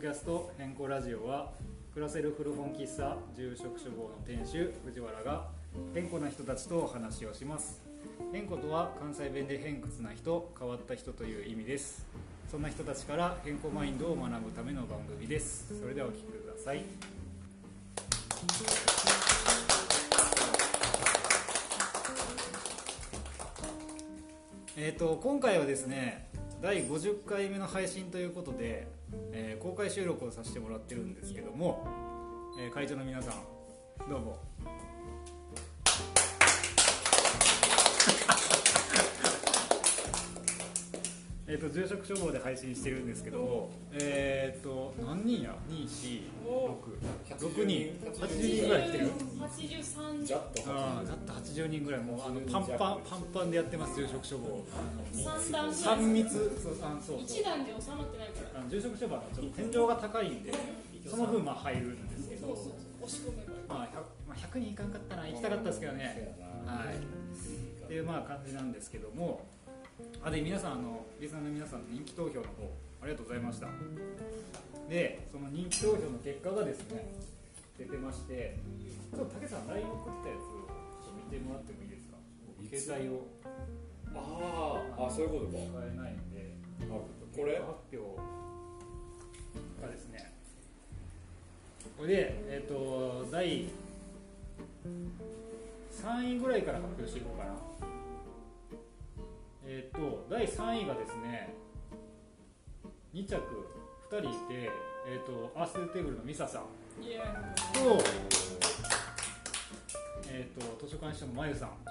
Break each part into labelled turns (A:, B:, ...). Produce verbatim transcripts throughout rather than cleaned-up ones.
A: ャスト変更ラジオは暮らせる古本喫茶住職処方の店主藤原が変更な人たちとお話をします。変更とは関西弁で偏屈な人、変わった人という意味です。そんな人たちから変更マインドを学ぶための番組です。それではお聞きください。えーと今回はですねだいごじゅっかいめの配信ということで、えー、公開収録をさせてもらってるんですけども、えー、会場の皆さんどうもえーと住職処方で配信してるんですけども、えーと何人やに、よん、ろく、ろくにんはちじゅうにんぐらい来てる。
B: はちじゅうさん
A: ざっとはちじゅうにんぐらいもうあのパンパンパンパンでやってます。住職処方
B: 三段
A: さん密そうあそう
B: 一段で収まってないから
A: あの住職処方はちょっと天井が高いんでその分まあ入るんですけど、
B: そうそうそう押し込めばいい、
A: まあ、ひゃく, まあひゃくにんいかんかったら行きたかったですけどね、はいっていうまあ感じなんですけども、あで皆さんあのリスナーの皆さんの人気投票の方ありがとうございました。でその人気投票の結果がですね出てまして、ちょっと竹さん ライン 送ったやつをちょっと見てもらってもいいですか。携帯を
C: ああ、そういうことか。
A: 使えないんで、
C: あこれ
A: 発表がですね、これでえっ、ー、とだいさんいぐらいから発表していこうかな。えっ、ー、とだいさんいがですねにちゃくふたりいて、えー、とアースデテーブルのミサさんと、えー、と図書館司書のまゆさん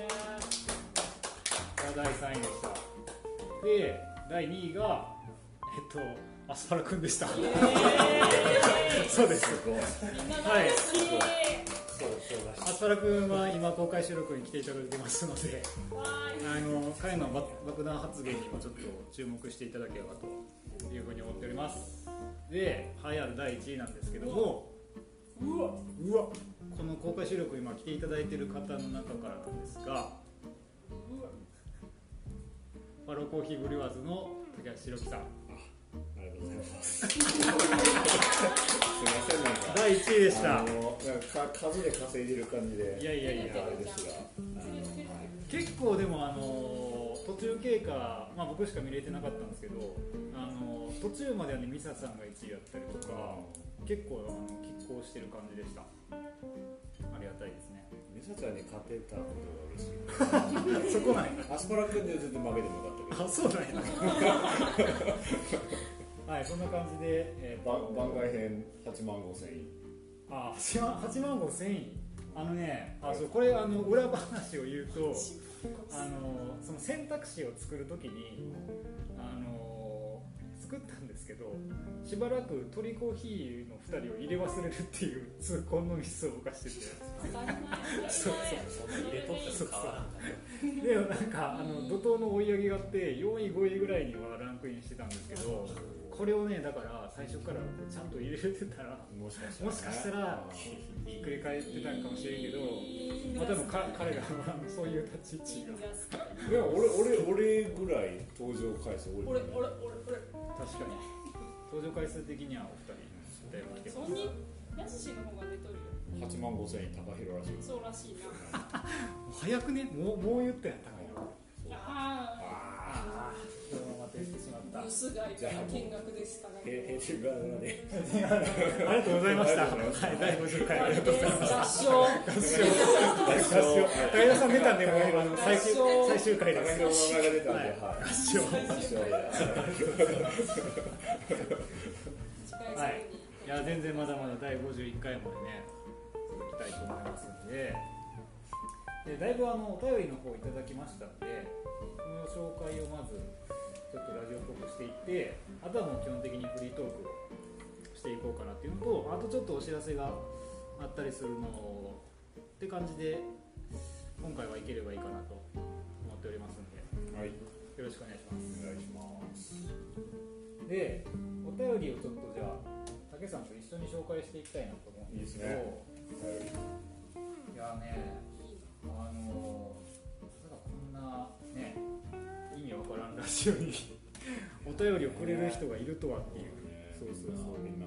A: がだいさんいでした。でだいにいが、えー、とアスパラくんでした。そうです。はい。アスパラくんは今公開収録に来ていただいてますので、あの彼の爆弾発言にもちょっと注目していただければというふうに思っております。で、栄えあるだいいちいなんですけども、うわうわこの公開収録今来ていただいている方の中からなんですが、パロコーヒーブリュワーズの竹橋弘樹さん、
C: ありがとうございます。すみません、なんか
A: だいいちいでした。
C: あのなんか数で稼いでる感じで、
A: いやいやいや
C: あれですが、
A: 結構でもあの途中経過、まあ、僕しか見れてなかったんですけど、あの途中まではねミサさんがいちいやったりとか、結構あの拮抗してる感じでした。ありがたいですね。
C: ミサちゃんに勝てたことが嬉しい。
A: そこなんや。
C: アスパラ君で全然負けてもよかったけど。
A: あ、そうなんや。はい、そんな感じで、えー、
C: 番外編はちまんごせんい。
A: あ、はちまんごせんい。あのね、あ、そうこれあの裏話を言うと、あのその選択肢を作るときにあの作ったんですけど、しばらく鳥コーヒーのふたりを入れ忘れるっていう痛恨のミスを犯してて、そうそう
D: 入れとったら変わらんか
A: な。でもなんかあの怒涛の追い上げがあってよんいごいぐらいにはランクインしてたんですけど、これをねだから最初からちゃんと入れてたら
C: もしかしたら、ね、
A: もしかしたらひっくり返ってたんかもしれんけど、まあ、多分か彼がそういう立ち位置が
C: でも俺俺俺ぐらい登場回数多い。
B: 俺俺俺俺
A: 確かに登場回数的にはお二人だいぶ来てます。
B: そんにやすしの方が出とるよ。
C: はちまんごせんい高弘らしい。
B: そうらしいな。
A: 早くね、もうもう言ったやん高弘。
B: あ
A: ああそのまま出てしまった。
B: ブース外見学でしたが、
C: 編集側で
A: ありがとうございました。はい、だいごじゅっかいありがとうございます。
B: 合唱合
A: 唱合唱高田さん出たんで、もうあの最終最終回です。
C: 高弘の名前が出たんで、はい、
A: 合唱はい、いや全然まだまだだいごじゅういっかいまでね続きたいと思いますので、でだいぶあのお便りの方いただきましたので、その紹介をまずちょっとラジオっぽくしていって、あとはもう基本的にフリートークをしていこうかなっていうのと、あとちょっとお知らせがあったりするのって感じで今回はいければいいかなと思っておりますので、
C: はい、
A: よろしくお願いします。
C: お願いします。
A: で、お便りをちょっとじゃあ竹さんと一緒に紹介していきたいなと思うんですけど、いいですね。いやね、あのただこんなね意味わからんラジオにお便りをくれる人がいるとはっていう、そうそうそう、
C: みんな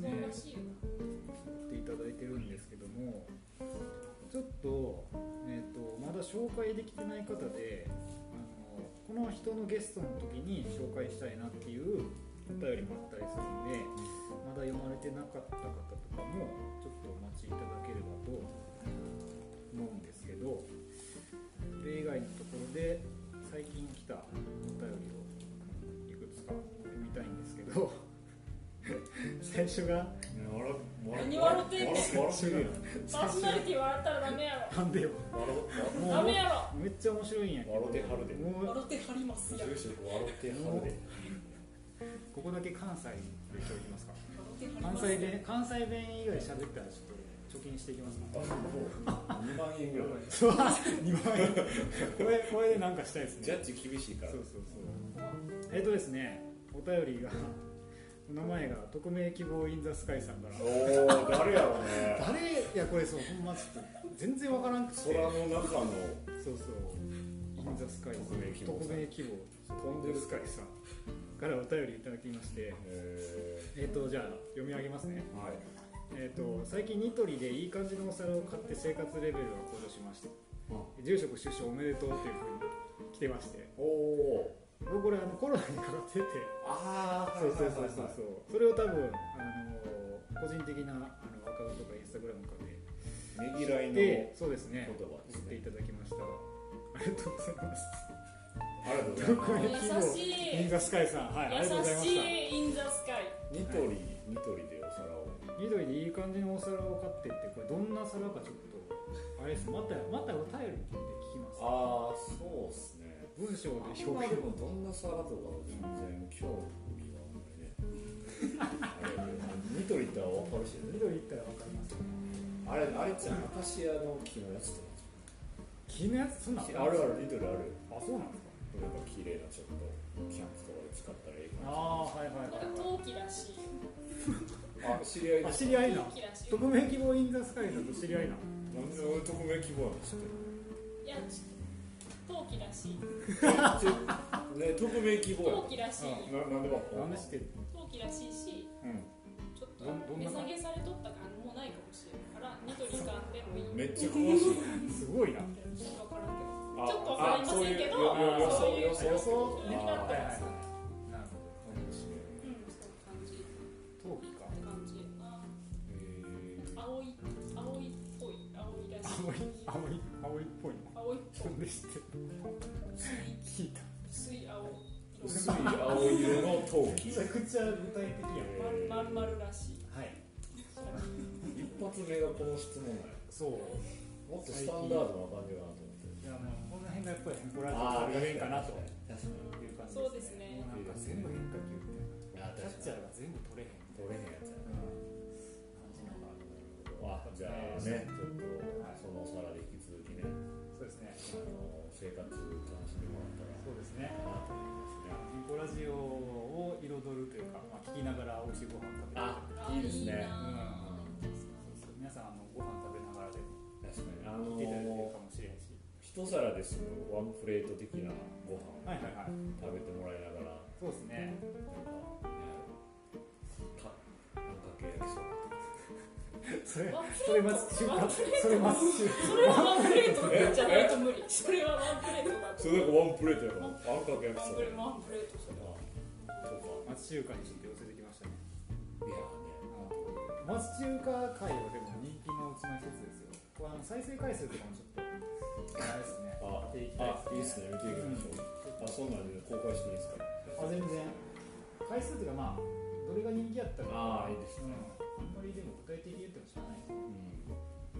A: ね
B: 素晴らしいよな。
A: っていただいてるんですけども、ちょっと、えー、とまだ紹介できてない方で、あのこの人のゲストの時に紹介したいなっていうお便りもあったりするんで、まだ読まれてなかった方とかもちょっとお待ちいただければと思うんですけど、それ以外のところで最近来たお便りをいくつか読みたいんですけど最初が
B: 何笑ってんねん。
C: 笑ってるやん。
B: パーソナリティ笑ったらダメやろ。
A: なんでよ、もう
B: ダメやろ。
A: めっちゃ面白いんやけど、
C: 笑ってはるで。
A: もう
B: 笑ってはりますやん。
C: 住職笑ってはるで。
A: ここだけ関西で今日いきますか。
B: 笑ってはりますやん。
A: 関西弁関西弁以外喋ったらちょっと貯金していきますか。
C: にまんえんぐらい。
A: そうにまんえんこれこれでなんかしたいですね。
C: ジャッジ厳しいから。
A: そうそうそう。えっとですね、お便りが名前が匿名希望インザスカイさんから。
C: おお、誰やろうね。
A: 誰いやこれそうほんまちょっと全然わからんくて。
C: 空の中の
A: そうそう。インザスカイさん。
C: 匿名希望さん
A: 匿名希望
C: 飛んでる
A: スカイさんからお便りいただきまして、
C: え
A: えっとじゃあ読み上げますね。
C: ー、はい。
A: えー、と最近ニトリでいい感じのお皿を買って生活レベルが向上しました。住職出所おめでとうというふうに来てまして、
C: おお。
A: 僕これあのコロナにかかってて、
C: ああ、
A: そうそうそうそうそう、それを多分あの個人的なあのアカウントかインスタグラムかで
C: ねぎらいの
A: で、そうですね、
C: 言葉ですね。
A: 送っていただきました。ありがとうございます。
C: ありがとうございます。
B: 優しい
A: インザスカイさん、はい、ありがとうございま
B: 優し
A: した。
B: いインザスカイ。
C: ニトリ、ニトリでお皿を。
A: ニトリでいい感じのお皿を買ってってこれどんな皿かちょっとあれです。またまたお便りで聞きます。
C: ああ、そうですね。
A: 文章で表
C: 今
A: 現
C: でもどんな皿とかは全然興味はないね。あれニトリってわかるし、
A: ニトリ行ったらわかりますね。
C: あれあれってアカシアの木のやつとか。
A: 木のやつそんなん
C: あるあるニトリある。
A: あ、そうなんですか。
C: なんか綺麗なちょっとキャンプとかで使ったらいいかな。
A: ああ、はいはい
B: なんか
A: はい。
B: 陶器らしい。
C: あ、知り合い
A: あ、
C: です。
A: 知り合いな。
B: 陶器らしい。
A: 匿名希望インザスカイさんと知り合いな。
C: なんで俺匿名希望なんですか。
B: いや、陶器らしい。
C: ね、匿名希望や
B: 陶器らしい。
C: な、なんでわか
A: なんで知ってる？
B: 陶器らしいし、
A: うん。
B: ちょっと
A: どどんな
B: 値下げされとったからもうないかもしれないからニトリ使ってもいい。
C: めっちゃ詳しい。
A: すごいな。
B: 分からんけど。
C: あ
B: ちょっとわかりませんけど、
C: あ
B: そういう
C: そういう
A: 予想
B: ね
A: ね。
B: だったら
A: はいはい
B: そう。
A: なるほど。
B: うん、そういう感じ。
A: 陶器か。
B: 感じ。あ、
C: えー
B: 青い青いっぽい青いらしい。
A: 青い青い青いっぽいの。
B: 青いっぽ
A: なんで知ってる？聞いた。
B: 薄い青。
C: 薄い青色の陶器。
A: めちゃくちゃ具体的やん。
B: まんまるらしい。
A: はい。
C: 一発目がこの質問なんや。
A: そう。
C: もっとスタンダードな感じかなと思って。
A: いやもうこの辺がやっぱりヘンコラジオが変かなという感じ
B: そうですね。
A: もうなんか全部変化球みたいな。
C: あ、
A: キャッチャー
C: 確か
A: が全部取れへんみたい
C: 取れへんやつや
A: な感じのがある。
C: な。あ、じゃあね、ちょっとそのお皿で引き続きね、
A: そうですね。
C: あの生活楽しんでもらったら
A: そうですね。
C: なと思いますね。
A: ヘンコラジオを彩るというか、まあ聞きながら美味しいご飯食べる。
C: あ、いいですね。
A: そうそう皆さんあのご飯食べながらでも
C: 確かに。あの
A: 聞いていただけるかもしれんし。
C: 一皿で済むワンプレート的なご飯を
A: はいはいはい。
C: 食べてもらいながら、
A: そうですね。
C: なんか、ね、か、あんかけ焼きそば。
A: それそれ町中華それ町中
B: それはワンプレートじゃないと無理。それはワンプレートだと。
C: それなんかワンプレートやから、あんかけ焼きそば。
B: ワンプレートそれは。
C: とか。
A: 町中華にちょっと寄せてきましたね。
C: いやね。
A: 町中華界はでも人気のうちの一つですよ。これあの再生回数とかもちょっとあれですね。
C: あ、
A: 見ていき
C: あ、
A: たいですね。
C: いいですね。見ていきましょう。あ、そんなんで公開していいですか。
A: あ、全然回数というかまあどれが人気やったか。
C: ああ、いいですね。
A: うん、あんまりでも具体的に言っても知らない。
C: うん。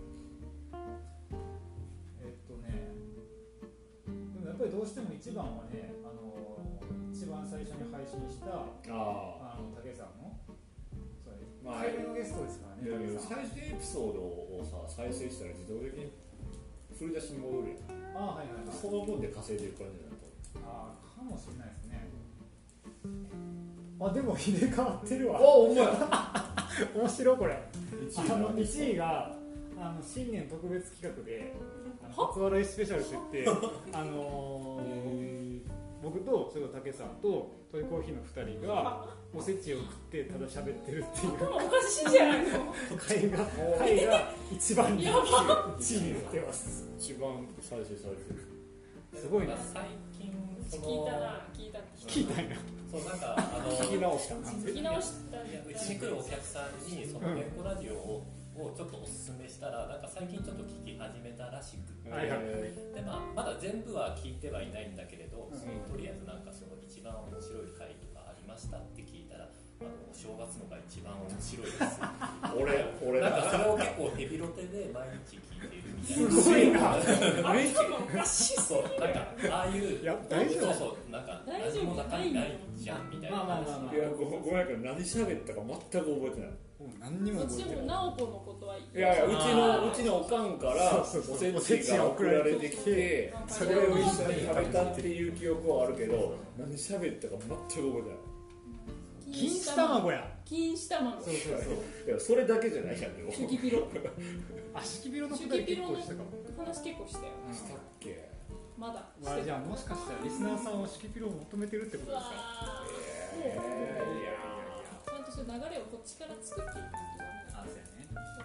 A: えっとね、でもやっぱりどうしても一番はね、あの一番最初に配信した
C: ああ。
A: あの竹さんのそれ
C: まあ
A: いっかいめのゲストですからね。
C: いやいや、
A: 竹さん。
C: 最初エピソードをさ、再生したら自動的に振り出しに戻るやん。
A: あ、はいはいはい。
C: その分で稼いでる感じだと。
A: あー、かもしれないですね。あ、でも入れ替わってるわ。
C: お、ほんまや。
A: 面白いこれ。
C: 一
A: あのいちいがあの新年特別企画であの初笑いスペシャルって言ってあのー、僕僕とそれと竹さんとトイコーヒーのふたりがおせちを食ってただ喋ってるっていう
B: 頭おかしいじゃないの。
A: 回が回が一番人
B: やば
A: 気になってます。
C: 一番再生されてる。
A: すごいな。
D: 最近その
B: 聞いたな、聞いた
A: 聞いたんや。
D: そうなんかあの
C: 聞き直した。
B: 聞き直した
D: いやうちに来るお客さんにその弁護ラジオを、をちょっとおすすめしたらなんか最近ちょっと聞き始めたらしくて、
A: はいはい、
D: でまあ、まだ全部は聞いてはいないんだけれど、
A: うん、
D: そのとりあえずなんかその一番面白い回とかありましたって聞いたらあのお正月のが一番面白いです
C: 俺俺
D: なんかそれを結構ヘビロテで毎日聞いてるみたいな。
A: すごいな。
B: 頭おかしすぎる。
D: なんかああいう
A: いや大丈夫。
D: そうそうなんか何も中身ないじゃんみたいな。
A: まあまあまあまあ。
C: いやごごめんなさい何喋ったか全く覚えてない。
A: 何にも覚えてない。
B: 私も直子のことはい
C: いやいやうちのうちのおかんからおせちが送られてきてそれを一緒に食べたっていう記憶はあるけど何喋ったか全く覚えてない。
A: 錦糸卵や。
B: 錦糸卵。
A: そうそうそう。
C: いやそれだけじゃないじゃんでも。
B: シュキピロ。
A: あシュキピロの答え結構したかも。
B: 話結構したよ。
C: したっけ。
B: まだ。
A: あじゃあもしかしたらリスナーさんはシュキピロを求めてるってことですか。
C: いやいやいや。
B: ちゃんとそういう流れをこっちから作っていく。
A: あそうやね。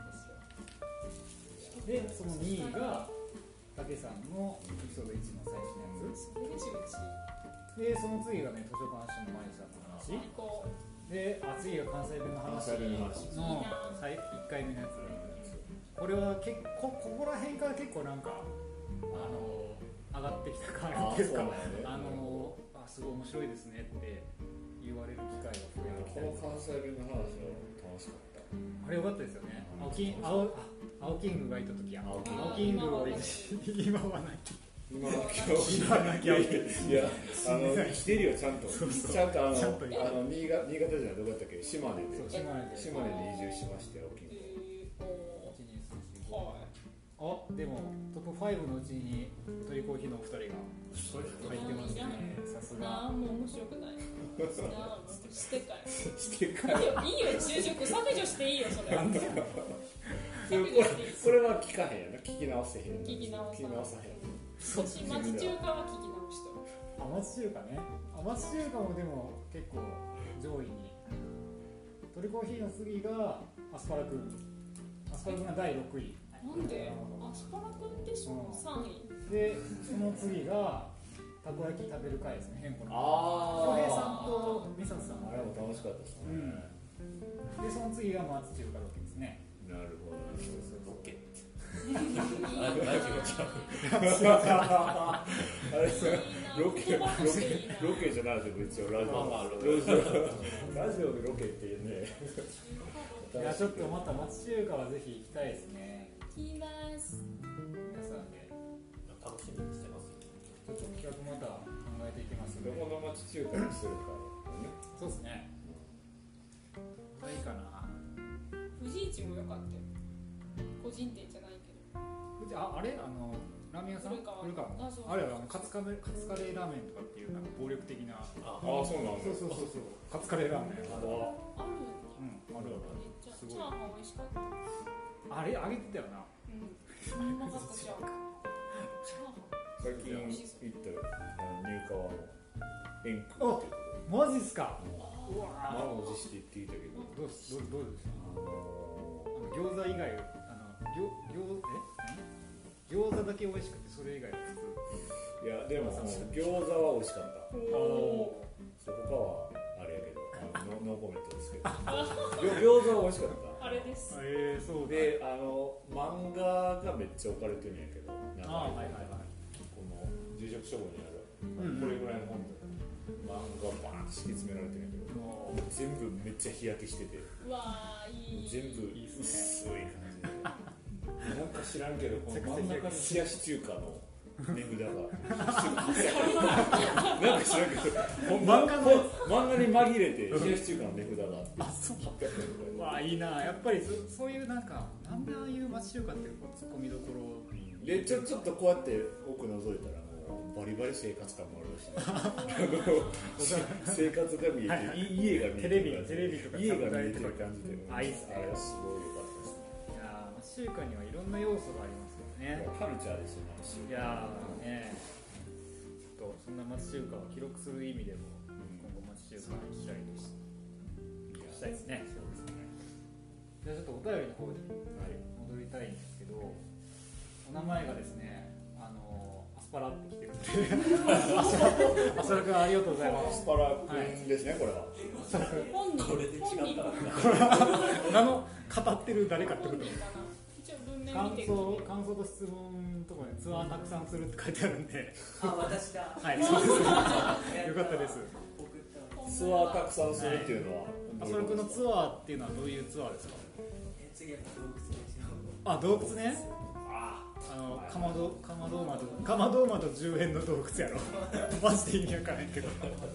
B: そうですよ。
A: でそのにいが竹さんのエピソードいちの最新のやつ。
B: それでしょうち。
A: でその次がね図書館誌の毎日さんの話。であ次が関西弁の話の最いっかいめのやつ。これは結構ここら辺から結構なんかあの上がってきた感じですか。あのあすごい面白いですねって言われる機会が増えてきた。
C: この関西弁の話は楽しかった。
A: あれ良かったですよね。青キン青青キングがいた時や。青キングを今はない。
C: 今の今
A: なきゃい
C: やあの生きてるよちゃんと
A: そうそう
C: ちゃんとあの
A: ちゃんと
C: あの新潟新潟じゃないどこだったっけ島根で
A: 島根で
C: 島根で移住しまして青キング。
A: あでもトップファイブのうちにトイコーヒーのお二人が入ってますね。さすが。
B: なんも面白くない。なんもしてかい。
C: してかい。
B: いいよいいよ就職削除していいよそれ。
C: これこれは聞かへんやな聞き直せへん。
B: 聞き直さ
C: 聞き直さへん。
B: 私町中華は聞き直してる。
A: あ町中華ね。あ町中華もでも結構上位に。トリコーヒーの次がアスパラくん。アスパラくんがだいろくい。
B: なんでアスパラくんでしょ、うん、さんい
A: でその次がたこ焼き食べる会ですね。変更の
C: あ
A: 恭平さんと美里さん
C: あれも楽しかったですね、
A: うん、でその次が町中華ロケですね。
C: なるほど
D: ロケラジオちゃう
C: あれロケロケロケじゃないですよ一応ラジオ、まあまあ、ラジオでロケっていうね
A: いやちょっとまた町中華はぜひ行きたいですね。
B: 行きます。
A: 皆さんで
D: 楽しみにしてます。
A: ちょっと企画また考えていきます
C: ど
A: ので。
C: この町中華にするかね。
A: そうですね。いいかな。
B: 富士市も良かったよ。個人店じゃないけど。
A: ああれあのラーメン屋さん？古川の。あれはあのカツカレーカツカレーラーメンとかっていうなんか暴力的な。
C: ああそうなんだ。
A: そうそうそうそう。カツカレーラーメン。
B: ある。
A: うんあるある。
B: チャーハン美味しかった。
A: あれ揚げてたよな。
B: うん。うまかったじゃん。
C: 最近行ったあの入川の円空っていうとこ
A: マジっすか。
C: うわ満を持して行っていたけど
A: どうどうどうですか。
C: あの
A: 餃子以外あの餃餃え餃子だけ美味しくてそれ以外は普通。
C: いやでも餃子は美味しかった。
B: お
C: 他はあれやけどあのノーコメントですけど餃子は美味しかった
B: あれです。
A: えー、そう
C: であの漫画がめっちゃ置かれてるんやけど
A: あはいはいはい
C: この住職処方にある、
A: うん、
C: これぐらいの本で漫画がバーンと敷き詰められてるんやけど全部めっちゃ日焼けしてて
B: うわーいい
C: 全部薄い感じでなんか知らんけどこの真ん中に冷やし中華の値札がなんか知らんけど漫画の漫画に紛れて冷やし中華の値札があって、
A: あそうはっぴゃくえんぐらい。わあいいな。やっぱり そ, そういうなんかなんでああいう町中華ってこうツッコミどころ
C: でちょちょっとこうやって奥覗いたらもうバリバリ生活感もあるし、ね、生活が見えて、はいはい、家が見えて
A: テレビテレビとか
C: 家が見えてる感じで、
A: あいいっすね。
C: あれはすごい良かったですね。
A: いや町中華にはいろんな要素がありますよね。
C: カルチャーですよね。
A: いやーねととそんな町中華を記録する意味でも、うん、今後町中華にしたりしたいですね。そうですね。じゃあちょっとお便りの方に戻りたいんですけど、お名前がですね、あのアスパラって来てるんでアスパラ君ありがとうございます。
C: アスパラ君ですね、はい、これは
B: 本人
D: これで違った
A: 名の語ってる誰かってこと。感
B: 感
A: 想、感想と質問とかね、ツアーたくさんするって書いてあるんで。
E: あ、私だ。
A: はい、そうです。よかったです。
C: ツアーたくさんするっていうのは、はい、
A: あそれくんのツアーっていうのはどういうツアーですか？
E: え、次は洞窟ですよ。
A: あ、洞窟ね。あ、あのかまど、かまど窓、かまど窓じゅうえんの洞窟やろ。マジで意味わからへんけど。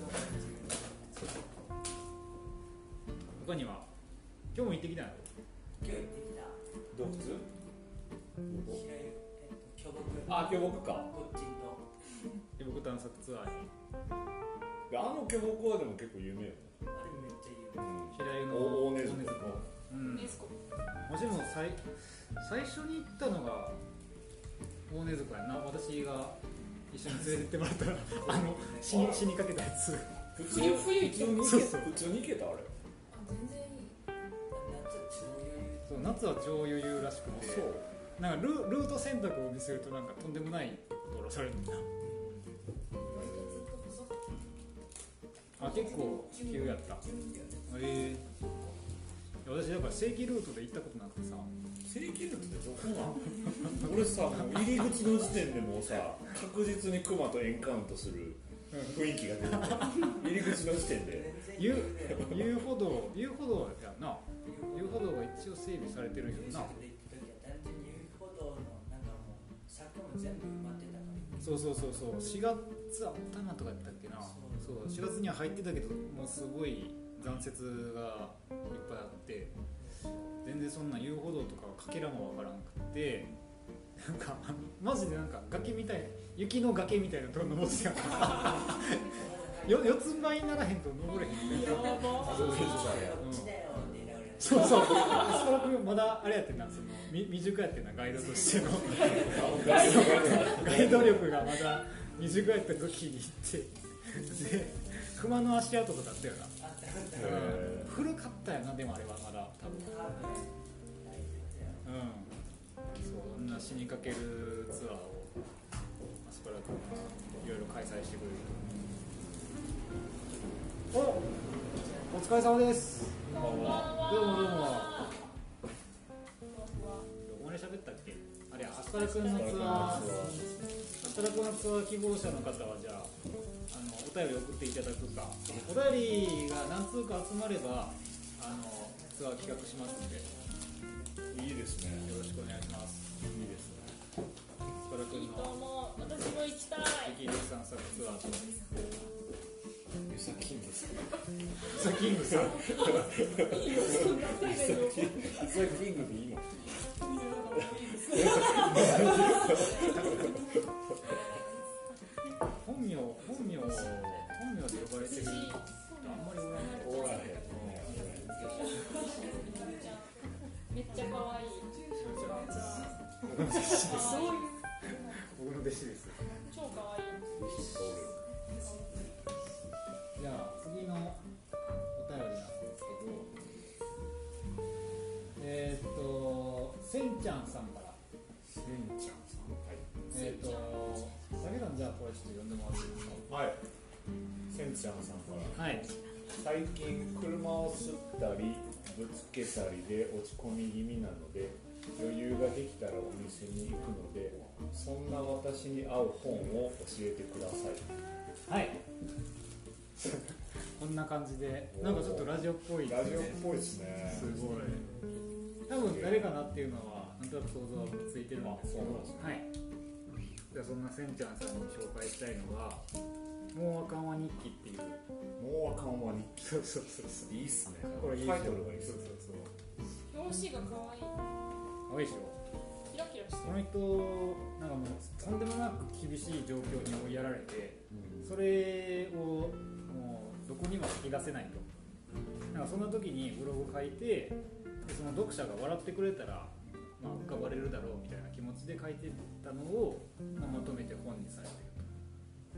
A: 他には今日も行ってきたの？
E: 今日行ってきた。
C: 洞窟？
E: 平湯、えっと、巨木。
C: あ、巨木か。
E: こっちの。
A: 巨木探索ツアーに。
C: あの巨木はでも結構有名よね。
E: あれめっちゃ有名。
A: 平湯の
C: 大根津湖。
A: うん。もちろん最最初に行ったのが大根津湖やな。私が一緒に連れてってもらったらあの死に死にかけたやつ。
C: 普通に普通に行けた。普通に行けたあれ。
E: 全然いい。
A: そう、夏は超余裕らしくて、そうなんか ル, ルート選択を見せるとなんかとんでもない道路されるんだ。あ、結構急やった。えー、私だから正規ルートで行ったことなくてさ。
C: 正規ルートってどこなの？俺さ、もう入り口の時点でもうさ、確実にクマとエンカウントする雰囲気が出て入り口の時点で
A: 遊歩道、遊歩道やな。遊歩道が一応整備されてるんやな。そうそうそうそう。しがつあったなとかやったっけな。そうしがつには入ってたけど、もうすごい残雪がいっぱいあって、全然そんな遊歩道とかかけらもわからんくって、なんかマジでなんか崖みたい、雪の崖みたいなとこ登ってたよ。四つん這いにならへんと登れへんみたいな。そうそう。アスパラ君まだあれやってんな、その未熟やってんな、ガイドとしてのガイド力がまだ未熟やった時に行ってで、熊の足跡とかあったよな。古かったよな、でもあれはまだ多分。うん。そんな死にかけるツアーをアスパラ君がいろいろ開催してくれると。お、お疲れ様です。
B: こんばんは。
A: どうもどうも。どこまで喋ったっけ？あれ、アスパラ君のツアー、アスパラ君のツアー希望者の方はじゃあ、あのお便り送っていただくか、お便りが何通か集まればあのツアー企画しますので、
C: いいですね。
A: よろしくお願いします。
C: いいですね。
A: アスパラ君
B: いいと
A: の
B: 思う。私も行きたい。
A: 激流散策ツアーと。
C: ユサキングさん。
A: ユサキングさん。
B: いいよ、そんなプレゼント。
C: ユサキングでいいの？
A: 本名、本名、本名で呼ばれてる人あんまりおらない。おらへん。
B: めっちゃ可愛い。
A: 僕の弟子です。僕の弟子です。
B: 超可愛い。
A: じゃあ次のお便りなんですけど、えー、っとせんちゃんさんから。
C: せんちゃんさん。はい。
A: えー、っとだけどじゃあこれちょっと読んでもらっていいですか？
C: はい。せんちゃんさんから。
A: はい。
C: 最近車を吸ったりぶつけたりで落ち込み気味なので、余裕ができたらお店に行くので、そんな私に合う本を教えてください。
A: はい。こんな感じで、なんかちょっとラジオっぽいですね。
C: ラジオっぽいですね。
A: すごい。多分誰かなっていうのはなんとなく想像はついてるんですけど、はい。じゃあそんなせんちゃんさんに紹介したいのが「もうあかんわ日記」っていう。
C: もうあかんわ日記。
A: そうそうそうそう。
C: いいっすね。
A: これいい
C: タイトルがいいっすね。
A: そうそうそう。
B: 表紙が可愛い。
A: 可愛いでしょ。
B: キラキラして
A: この
B: る。
A: 人なんかもうとんでもなく厳しい状況に追いやられて、うん、それをもうどこにも吐き出せないと。なんかそんな時にブログ書いて、でその読者が笑ってくれたら、まあ、浮かばれるだろうみたいな気持ちで書いてたのを、まあ、まとめて本にされてると。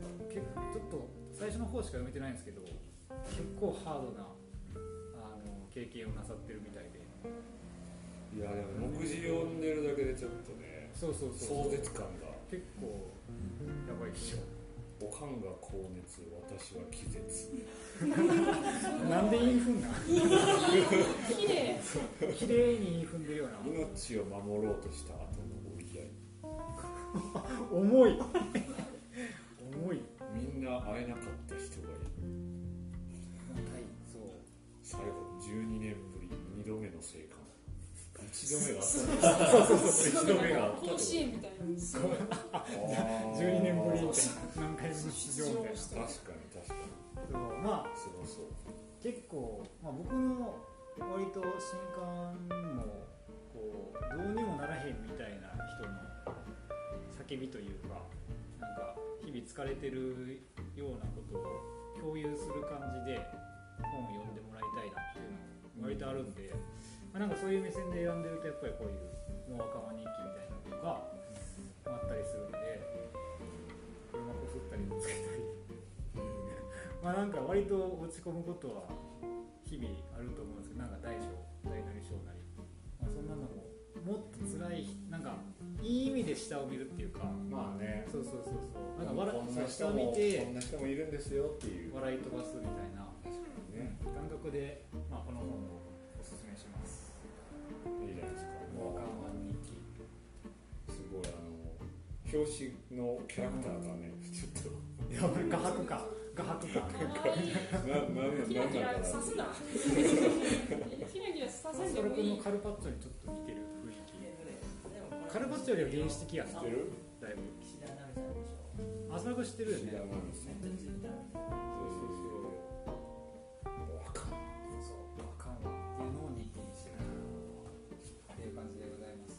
A: 結構ちょっと最初の方しか読めてないんですけど、結構ハードなあの経験をなさってるみたいで。
C: いやでも目次読んでるだけでちょっとね、
A: そうそうそう、
C: 壮絶感が
A: 結構やばいっしょ。
C: おかんが高熱、私は気絶。
A: なんで韻踏んな
B: 綺麗
A: 綺麗に韻踏んでるような。
C: 命を守ろうとした後の折り合い。
A: 重い重い。
C: みんな会えなかった人がいる。
A: そう。
C: 最後じゅうにねんぶりにどめの生還。いちどめがあった。そうそうそう、いちどめがあった。
B: 甲子園みたいな。
A: じゅうにねんぶりみたいな、何回目の出場みたいな。
C: 確かに確かに。
A: そうまあ
C: すごそう。
A: 結構、まあ、僕の割と新刊もこうどうにもならへんみたいな人の叫びというか、なんか日々疲れてるようなことを共有する感じで本を読んでもらいたいなっていうのが割とあるんで、まあ、なんかそういう目線で選んでるとやっぱりこういう「もう若者日記」みたいなのがあったりするんで、車こすったりぶつけたりまあなんか割と落ち込むことは日々あると思うんですけど、なんか大小大なり小なり、まあ、そんなのももっと辛い、なんかいい意味で下を見るっていうか、
C: まあね、
A: そうそうそうそう、なんか笑
C: こんな人
A: 下を見
C: も
A: て
C: こんな人もいるんですよっていう
A: 笑い飛ばすみたいな
C: ね。
A: 感覚で、まあ、この本をおすすめします。
C: いいじゃないですか。
A: もう看板日記。
C: すごいあの表紙のキャラクターがね、ちょっと
A: いや俺画伯か画伯か。
C: ななん
B: キラキラ
C: なんだ
B: さすな。キラキラさせんでもいい。
A: それ君のカルパッチョにちょっと似てる雰囲気。カルパッチョよりは原始的やな。
C: 知ってる？
A: だいぶ。
E: 岸田奈美さんでしょ。
A: あそれ君知ってるよね。
C: 知らないですね。
E: めっちゃツイッター見た。
C: そうそうそう。わかんない。
A: そうわかんわっていうのを日記にしてるっていう感じでございます。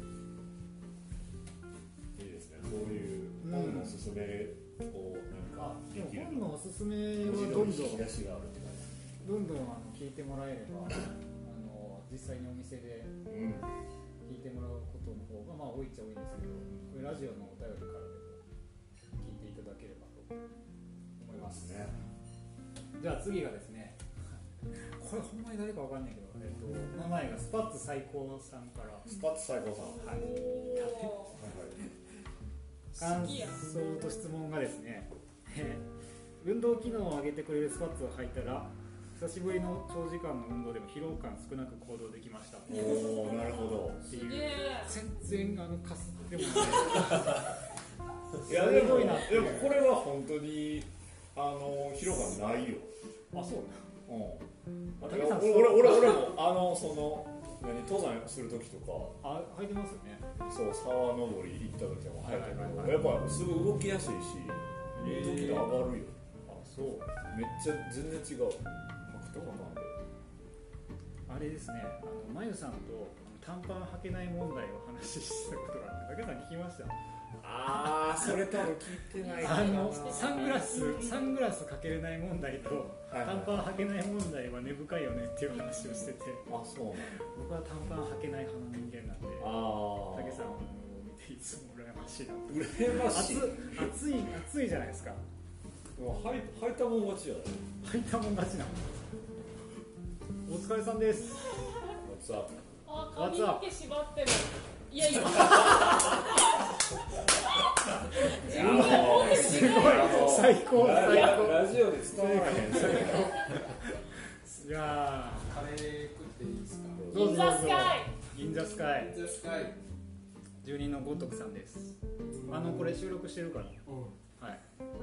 C: いいですね。そういう本のおすすめをなんかできる
A: 本のおすすめ
C: 文
A: はどんどん
C: 字通り引き出しがあるって感
A: どんどんあの聞いてもらえれば、あの実際にお店で
C: じ。うん。
A: 聞いてもらうことの方がまあ多いっちゃ多いんですけど、これラジオのお便りからでも聞いていただければと思います
C: ね。
A: じゃあ次がですね、これほんまに誰かわかんないけど、えっと名前がスパッツ最高さんから、
C: スパッツ最高さん。は
A: はい、
B: お
A: 感
B: 好きや
A: 想と質問がですね、運動機能を上げてくれるスパッツを履いたら久しぶりの長時間の運動でも疲労感少なく行動できましたって
C: い。おお、なるほど。
A: いう
B: すげえ。
A: 全然あのかすでもない
C: いやでも
A: すごいな
C: でもこれは本当にあの疲労感ないよ。
A: あ、そう
C: うん。
A: あ
C: 俺
A: 竹さん
C: 俺俺俺もあのその何登山する時とか、
A: あ、履いてますよね。
C: そう沢登り行った時も入ったけど、
A: はいはいはいはい
C: やっぱすぐ動きやすいし、
A: へー
C: 動きが上がるよ。
A: あ、そう。
C: めっちゃ全然違う。履くとかなんで。
A: あれですね、あのまゆさんと短パン履けない問題を話したことがあって、竹さん聞きました？
C: ああ、それ多分聞いてないかな。
A: あのサングラスサングラスかけれない問題と
C: はいはい
A: 短パン履けない問題は根深いよねっていう話をしてて、
C: あ、そうなんだ。
A: 僕は短パン履けない派の人間なんで、
C: ああ。
A: 竹さんを見ていつも羨ましいなと。
C: 羨ましい。
A: 暑い暑いじゃないですか。
C: でも履い履いたもん勝ちやね。
A: 履いたもん勝ちなの。お疲れさんです。
C: さあ。
B: あ、髪の毛縛ってる。いやいや。
C: いやもう
A: すごい最高
C: ラ
A: 最高。
C: ラジオで伝わらへん。
A: いや
F: カレー食っていいですか？
A: ーどうぞどうぞ。
B: 銀座スカイ。
A: 銀座スカイ。
F: ジャスカイ。
A: 住人のごとくさんです。あのこれ収録してるから。はい。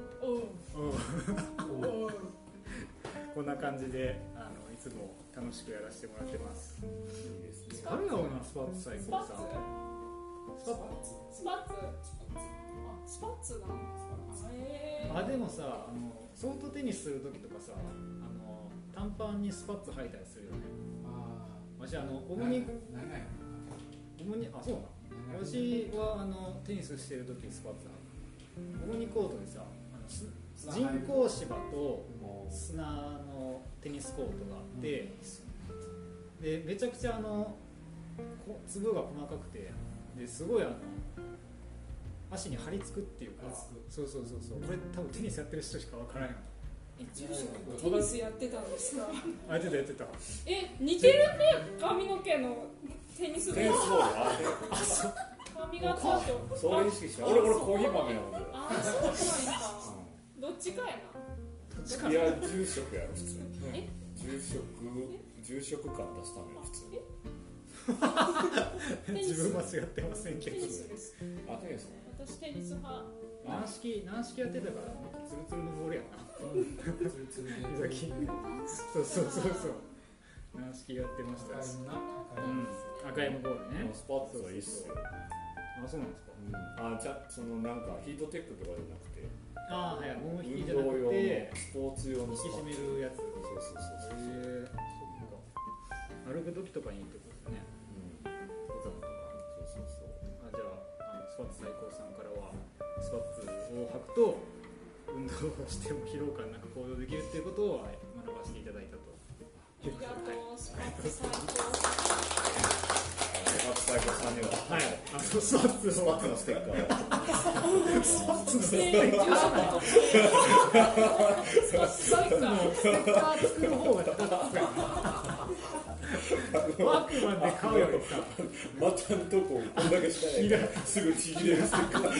B: うん。
A: うん。こんな感じであのいつも楽しくやらせてもらってます。誰がなスパッツ最高さん。スパッツ。
B: スパッツ。あ、スパッツなんですか。へ
A: あでもさ、あのソフトテニスする時とかさ、あの短パンにスパッツ履いたりするよね。
F: あ
A: 私あの
F: あ。
A: 主に
F: 長い。
A: 主にあそうなの。私はあのテニスしてる時スパッツ履く。主にコートでさ、あのす人工芝と砂のテニスコートがあって、でめちゃくちゃあのこ粒が細かくて、ですごいあの足に張り付くっていうか、そうそうそうそう、これ多分テニスやってる人しかわからないの。
B: え、住職テニスやってたんですか？
A: あ、やってたやってた。
B: え、似てるね、髪の毛のテニスボール。
C: テニスボールあ
B: 髪型と。
C: そういう意識した。俺俺コーヒー豆なので。
B: あ、そうなんだ。どっちかやな。
C: いや住職やろ普通に。
B: え？
C: 住職住職感出すために普通に。
A: 自分間違ってませんけど。
B: テニスです。
C: あ、テニス。
B: 私テニス派。
A: 軟式軟式やってたからもっとツルツルのボールやな。
F: ツルツルで
A: 伊崎。そうそうそうそう。軟式やってましたよ。うん。赤いボールね。
C: スパッツはいいっすよ。
A: あ、そうなんですか。
C: うん、あ、じゃそのなんかヒートテックとかじゃなくて。
A: ああ、はい、もう引き
C: 運
A: じゃなく
C: 動用の
A: て
C: スポーツ用の
A: 引き締めるやつ。
C: そうそうそうそう。
A: へえ、そっか。歩く時とかにいいってことですね。
C: うん。
A: 登山とか。
C: そうそうそう。
A: あ、じゃあ、あのスパッツ最高さんからはスパッツを履くと運動をしても疲労感なく行動できるっていうことを、はい、学ばせていただいたと。
B: ありがとう、スパッツ最高。
C: スパッツ最高さんには、
A: はい、あのスパッツ
C: スパッツのステッカーを。
A: スパッツのステッカー。
B: スパッツ最高。
A: ステッカー作る方が高かったよな。ワークマンで買うよりさ、
C: 股のとここんだけしかないからすぐちぎれるステッカー。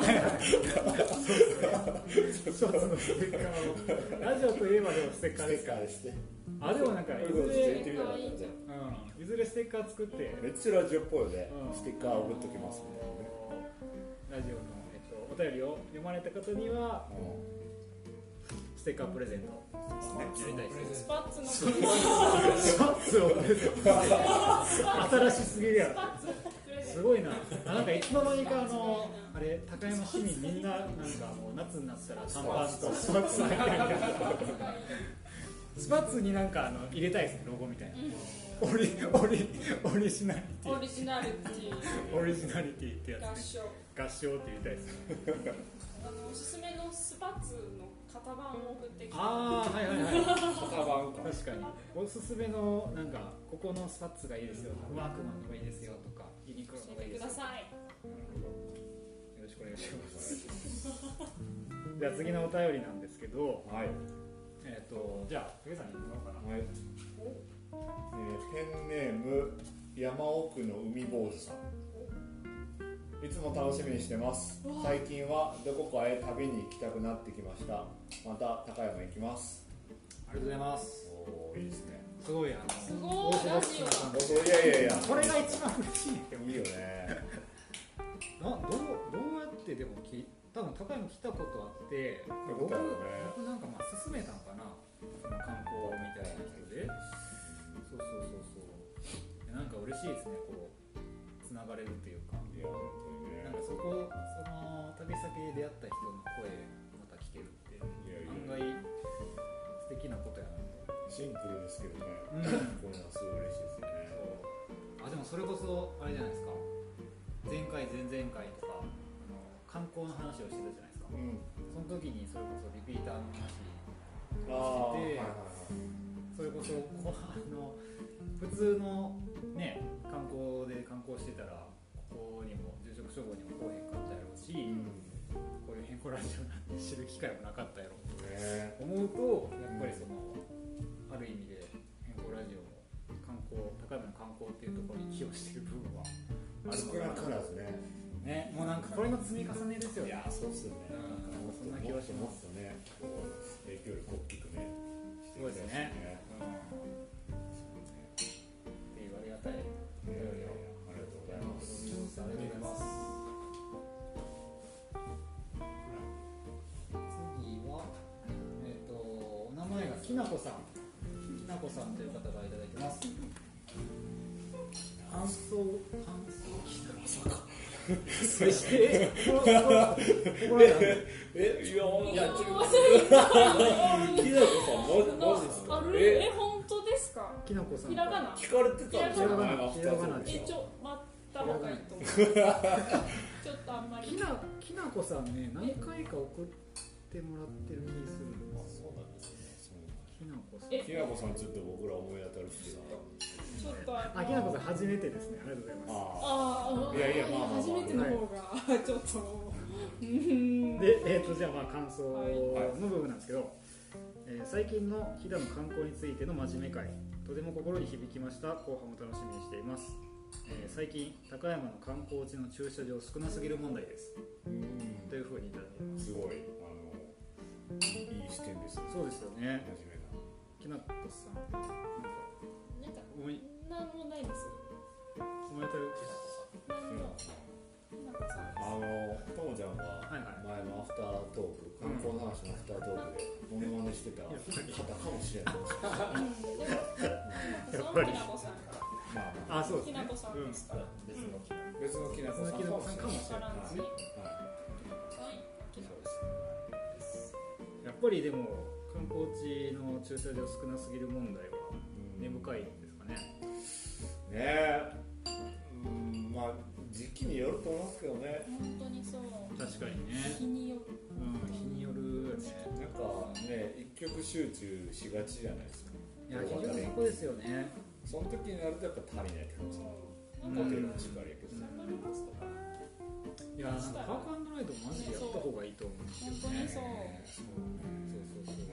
A: スパッツのステッカーをラジオといえばでもステッカーですか。
C: ですね。
A: あ、でもなんかいず
C: これ
A: れ、
C: やってみたかったじゃん。
A: うん、いずれステッカー作って
C: めっちゃラジオっぽいよね。
A: うん
C: ステッカー送っときますね。
A: ラジオの、えっと、お便りを読まれた方にはステッカープレゼントやりたいです。
B: スパッツの
A: スパッツをプレゼント。新しすぎるやろ。すごいな。あ、なんかいつの間にかあのあれ高山市民みんななんかもう夏になったら短パンとスパッツ履いてるからスパッツになんかあの入れたいですね、ロゴみたいな。オリオリオリジナリティ
B: オリジナリティ
A: オリジナリティってや
B: 合
A: つ、ね、
B: 唱
A: 合唱って言いたいですね。
B: あのおすすめのスパッツの型番を送ってきて。
A: ああ、はいはいはい。
C: 型番か。
A: 確かにおすすめのなんかここのスパッツがいいですよ、ワークマンのがいいですよとか、ユニクロのがいいですよ。
B: ください。
A: よろしくお願いします。じゃあ次のお便りなんですけど、
C: はい。
A: えっ、ー、とじゃあ竹さんにもらおうかな。
C: はい。えー、ペンネーム山奥の海坊主さん。いつも楽しみにしてます。最近はどこかへ旅に行きたくなってきました。また高山行きます。
A: ありがとうございます。
C: おー、いいですね。
A: すごいあの
B: すごいラジオだ。
C: いやいやいや、
A: これが一番嬉しいって
C: いいよね。
A: などうどうやってでもき多分高山来たことあって、僕
C: だよね。
A: 僕なんかまあ勧めたのかな、その観光みたいな人で。そうそうそうそう。なんか嬉しいですね、こうつながれるというか。
C: いや本当にね。
A: なんかそこその旅先で出会った人の声また聞けるって案外素敵なことやなと。
C: シンプルですけどね。
A: うん、
C: これはすごい嬉しいですね。
A: そう。あ、でもそれこそあれじゃないですか。前回前々回とかあの観光の話をしてたじゃないですか。
C: うん。
A: その時にそれこそリピーターの話
C: あ
A: をしてて、
C: はいはいはい、
A: それこそこあの普通のね観光で観光してたらここにも住職処方にも来へんかったやろうし、うん、こういう変更ラジオなんて知る機会もなかったやろうと、ね、思うとやっぱりその、うん、ある意味で変更ラジオも観光高山の観光っていうところに寄与している部分はあるのかなと。少なからずね。ね、もうなんかこれの積み重ねですよね。いや、そうっすよね。うん、そんな気はします。
C: もっとね、こう影響力大きくね。
A: すごいですね。うん、っていうありがたいお便りを
C: ありがとうございます。
A: ありがとうございます。次はえっ、ー、とお名前がきなこさん、きなこさんという方がいただいてます。感想感想きなこさんか。そしてこれこれ
C: えいやいや
B: ちょっと
C: きなこさんマジですか。
B: え本当ですか。
A: きなこさん
B: ひらがな
C: 聞かれてたんじゃない。
A: ひらがなでしょ。
B: えちょ待った方がいいと思う。ちょっとあんまり
A: きなきなこさんね何回か送ってもらってる気する。
C: あ、そうなんですね。
A: きなこさん
C: きなこさんちょっと僕ら思い当たるっていうのは
B: ちょっと
A: あ、きなこさん初めてですね。ありがとうございます。
B: ああ、いやいや、まあ、初めての方がちょっと
A: で、えー、とじゃあまあ感想の部分なんですけど、えー最近の飛騨の観光についての真面目会、とても心に響きました。後半も楽しみにしています。えー最近高山の観光地の駐車場少なすぎる問題です、
C: うん
A: というふうにいただいています。
C: すごいあのいい視点ですね。
A: そうですよね。
C: 真面
A: きなこさん、なんか
B: なんか
A: 思い
B: なんもないです。
A: 思い当たる。
B: なんもひなこさん
C: 目な。あのともちゃんが
A: はいはい
C: 前のアフタートーク、観光の話のアフタートークでモノマネしてた方かもしれないです。
B: うん、でもひなこさんか
C: まあまあ
A: あ、そうですね。
B: ひなこさんですから、
D: 別の機能
C: 別のきなこさん
A: 別のきなこさんかもしれない
B: わからんし、
C: は
B: はい、きなこ
C: そう
A: やっぱりでも観光地の駐車場少なすぎる問題は根深いんですかね。
C: ねえ、うんまあ時期によると思いますけどね。
B: 本当にそう。
A: 確かにね。
B: 日による。
A: うん、日によるよね。
C: なんかね一極集中しがちじゃないですか。
A: いや、非常にそこですよね。
C: その時になるとやっぱ足りないって感じ。
B: なんか
C: ホテルもしっかりやけど。
B: サンダルバスとか。
A: いや、なんかパークアンドライドマジでやった方がいいと思うんですよ
B: 本当に
A: ね。
B: そう。
A: そうそうそう。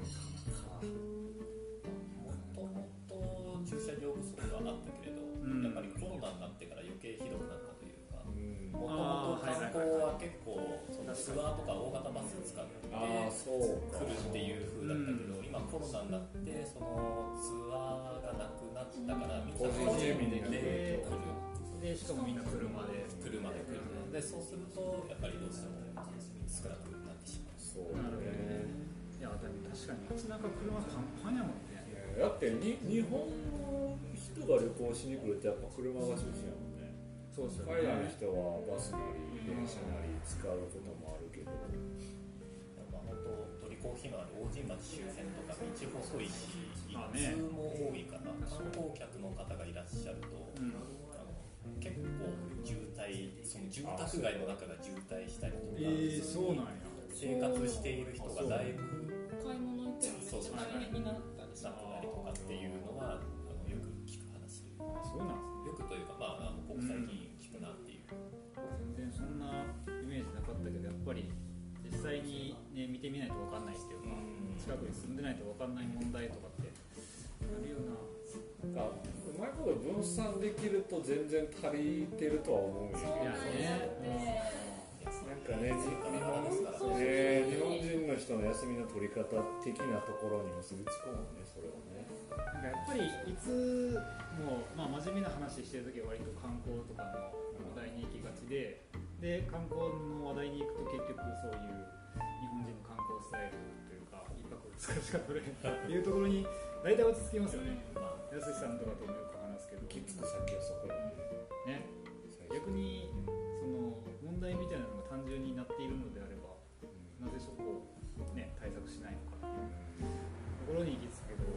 D: もともと駐車場不足はあったけれど、
A: ん
D: やっぱりコロナになってから余計ひどくなったというか、
C: うん
D: もともと観光は結構そのツアーとか大型バス使って
C: ああそうか。
D: 来るっていう風だったけど、今コロナになってそのツアーがなくなったからみんな個人で来る。
A: で、しかもみんな車で。
D: 車で来るで、そうするとやっぱりどうしても少なくなってしまう。
C: そう
A: なるほど
C: ね。
A: ね。いや、でも確かに街中車パンパンやもんね。
C: だってに日本の人が旅行しに来るってやっぱ車が中心やもんね。
A: そうですよ
C: 海外の
A: ね。
C: 人はバスなり電車なり使うこともあるけど。
D: まあ本当鳥コーヒーのある大神町周辺とか道細いし、一
A: まあね
D: 通も多いから観光客の方がいらっしゃると、
A: うん。
D: あの結構渋滞、その住宅街の中が渋滞したりとか、
A: えー、そうなんや。
D: 生活している人がだいぶ
B: 買い物行くのめっちゃ大変になったりし
D: なくなりとかっていうのはあのよく聞く話というか、
A: あ、そうなんですね。
D: よくというか、まあ、あのここ最近聞くなっていう、
A: 全然そんなイメージなかったけど、やっぱり実際に、ね、見てみないと分かんないっていうか、近くに住んでないと分かんない問題とかってあるよな。
C: なんかうまいこと分散できると全然足りてるとは思うん
B: そう
C: や
B: なん
C: けど、
B: ですよね。
C: なんかね、じ日本ね日本人の人の休みの取り方的なところに結びつくもんね、それはね。
A: なんかやっぱりいつも、まあ、真面目な話してるときは割と観光とかの話題に行きがちで、で観光の話題に行くと結局そういう日本人の観光スタイルというか一泊二日しか取れへんっていうところに大体落ち着きますよね。安さんとかともよく話すけど、
C: 行き着く先はそこやね。
A: ね、逆にその問題みたいなのが単純になっているのであれば、なぜそこを、ね、対策しないのかっていうところに行き着くけど、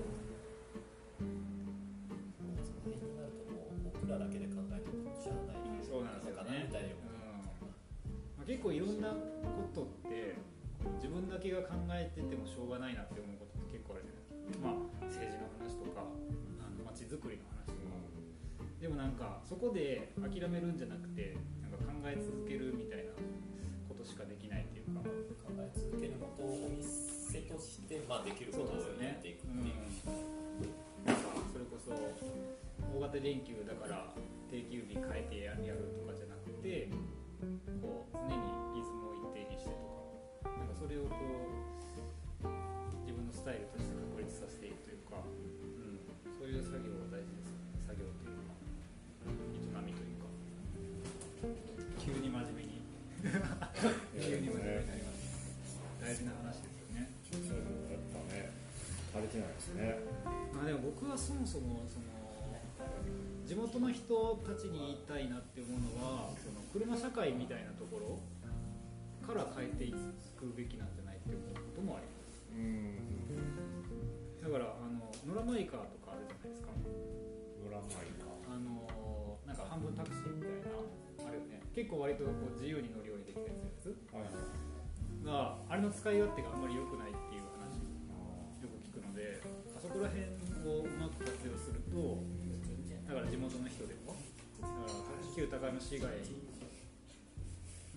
D: その辺になるともう僕らだけで考えてもしゃあない
A: そうなんですよね。
D: のかなみたいな、
A: うんまあ、結構いろんなことって自分だけが考えててもしょうがないなって思うことって結構あるじゃないですか。まあ政治の話とか、あの街づくりの話とか。でもなんかそこで諦めるんじゃなくて、なんか考え続けるみたいなことしかできないっていうか。
D: 考え続けるのとお店として、まあ、できることをやっていくっていう。
A: それこそ大型連休だから定休日変えてやるとかじゃなくて、こう常にリズムを一定にしてとか、なんかそれをこう自分のスタイルとして確立させていくというか、うん、そういう作業が大事ですよね。作業というか営みというか。急に真面目に急に真面目になります。大事な話ですよね。
C: そういうのやっぱね足りてないですね。
A: まあでも僕はそもそもその地元の人たちに言いたいなって思うのは、その車社会みたいなところから変えていくべきなんじゃないって思うこともあります。
C: うん
A: だからあのノラマイカーとかあるじゃないですか。
C: ドラマイカ
A: あのなんか半分タクシーみたいなあるよね。結構割とこう自由に乗るようにできたりするやつ
C: はいはい
A: が、あれの使い勝手があんまり良くないっていう話よく聞くので、あそこら辺をうまく活用すると、だから地元の人でも、だから旧高山市街の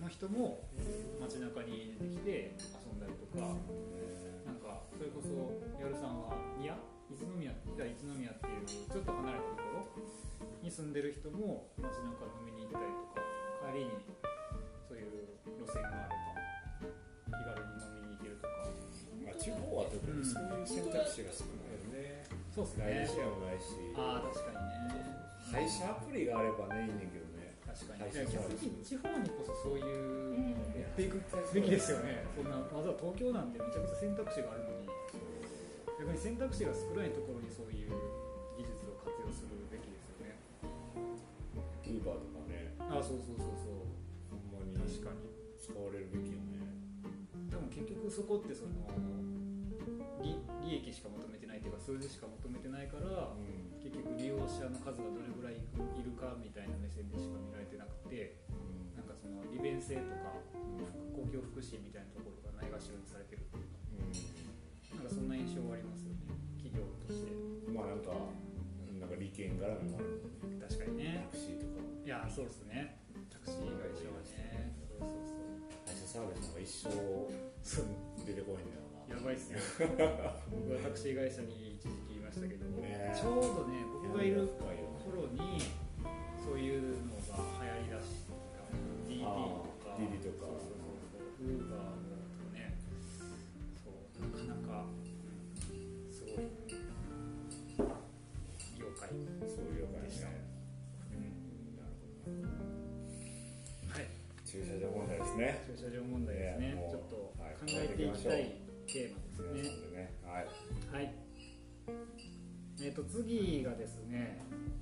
A: の人も街中に出てきて遊んだりとか、なんかそれこそやるさんは宮伊豆宮伊豆宮っていうちょっと離れたところに住んでる人も街中飲みに行ったりとか、帰りにそういう路線があれば気軽に飲みに行けるとか、
C: まあ、地方は特にそういう選択肢が少ないよね。
A: そうですね。
C: ライドシェアもないし、
A: ああ確かにね。
C: 配車アプリがあればねいいねんけどね。
A: 確かに。
C: 配車
A: 逆に地方にこそそういうのを持っていくべきですよね。そんなわざわざ東京なんてめちゃくちゃ選択肢があるのに、逆に選択肢が少ないところにそういう技術を活用するべきですよね。
C: ウーバーとかね。
A: ああそうそうそうそう。
C: ほんまに
A: 確かに
C: 使われるべきよね。
A: でも結局そこってその 利, 利益しか求めてないというか数字しか求めてないから、うん、結局利用者の数がどれぐらいいるかみたいな目線でしか見られてなくて、うん、なんかその利便性とか、うん、公共福祉みたいなところがないがしろにされてる、うん、なんかそんな印象はありますよね、企業として。まあなんか
C: なんか利権柄があるので、
A: 確かにね。
C: タクシーとか。
A: いやそうですね。タクシー会社はね。そうそうそう。
C: 配車サービスなんか一生出てこないんだよな。
A: やばいっすね。僕はタクシー会社に一時期いましたけど、
C: ね、
A: ちょうどね僕がいる頃にそういうのが流行りだした。 ディーディー とか
C: ディーディー とか
A: ウーバーもとかね、そうなかなか、うん、すごい業界
C: そういう業界でした。駐車場問題ですね。
A: 駐車場問題ですね。ちょっと考えていきたいテーマですね。
C: ねはい。
A: はい。えっと次がですね。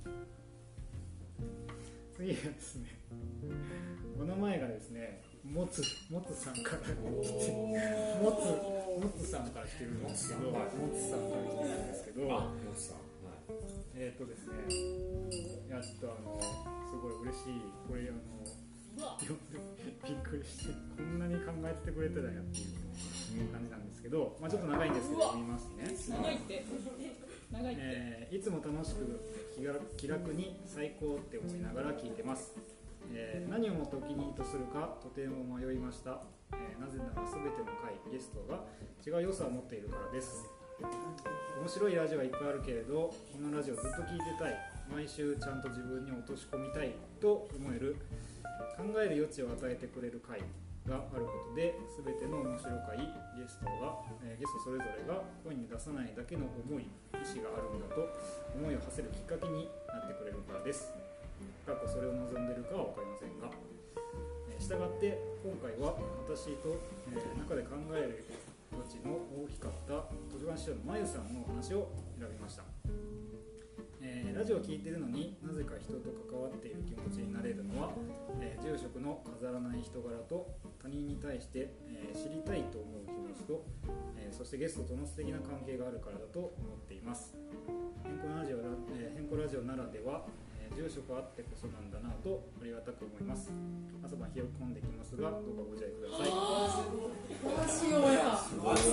A: 次がですね。この前がですね、もつもつさんから来て、もつもつさんから来てるんですけど、もつさんから来てるんですけど、
C: もつさん。
A: えっとですね。いやちょっとあのすごい嬉しいこれあの。読んでびっくりしてこんなに考えててくれてたんやっていう感じなんですけど、まあ、ちょっと長いんですけど読みますね。
B: 長いって長いって、
A: えー、いつも楽しく気楽に最高って思いながら聞いてます、えー、何をもってお気に入りとするかとても迷いました、えー、なぜなら全ての回ゲストが違う良さを持っているからです。面白いラジオはいっぱいあるけれどこのラジオずっと聞いてたい、毎週ちゃんと自分に落とし込みたいと思える、考える余地を与えてくれる回があることで全ての面白回ゲストが、えー、ゲストそれぞれが声に出さないだけの思い意思があるんだと思いを馳せるきっかけになってくれるからです。過去それを望んでいるかは分かりませんが、えー、したがって今回は私と、えー、中で考える余地の大きかった図書館師匠のまゆさんのお話を選びました。えー、ラジオを聞いているのになぜか人と関わっている気持ちになれるのは、えー、住職の飾らない人柄と他人に対して、えー、知りたいと思う気持ちと、えー、そしてゲストとの素敵な関係があるからだと思っています。変更ラジオ、えー、変更ラジオならでは、えー、住職あってこそなんだなとありがたく思います。朝晩冷え込んできますがどうかご自愛ください。
B: すごいやばい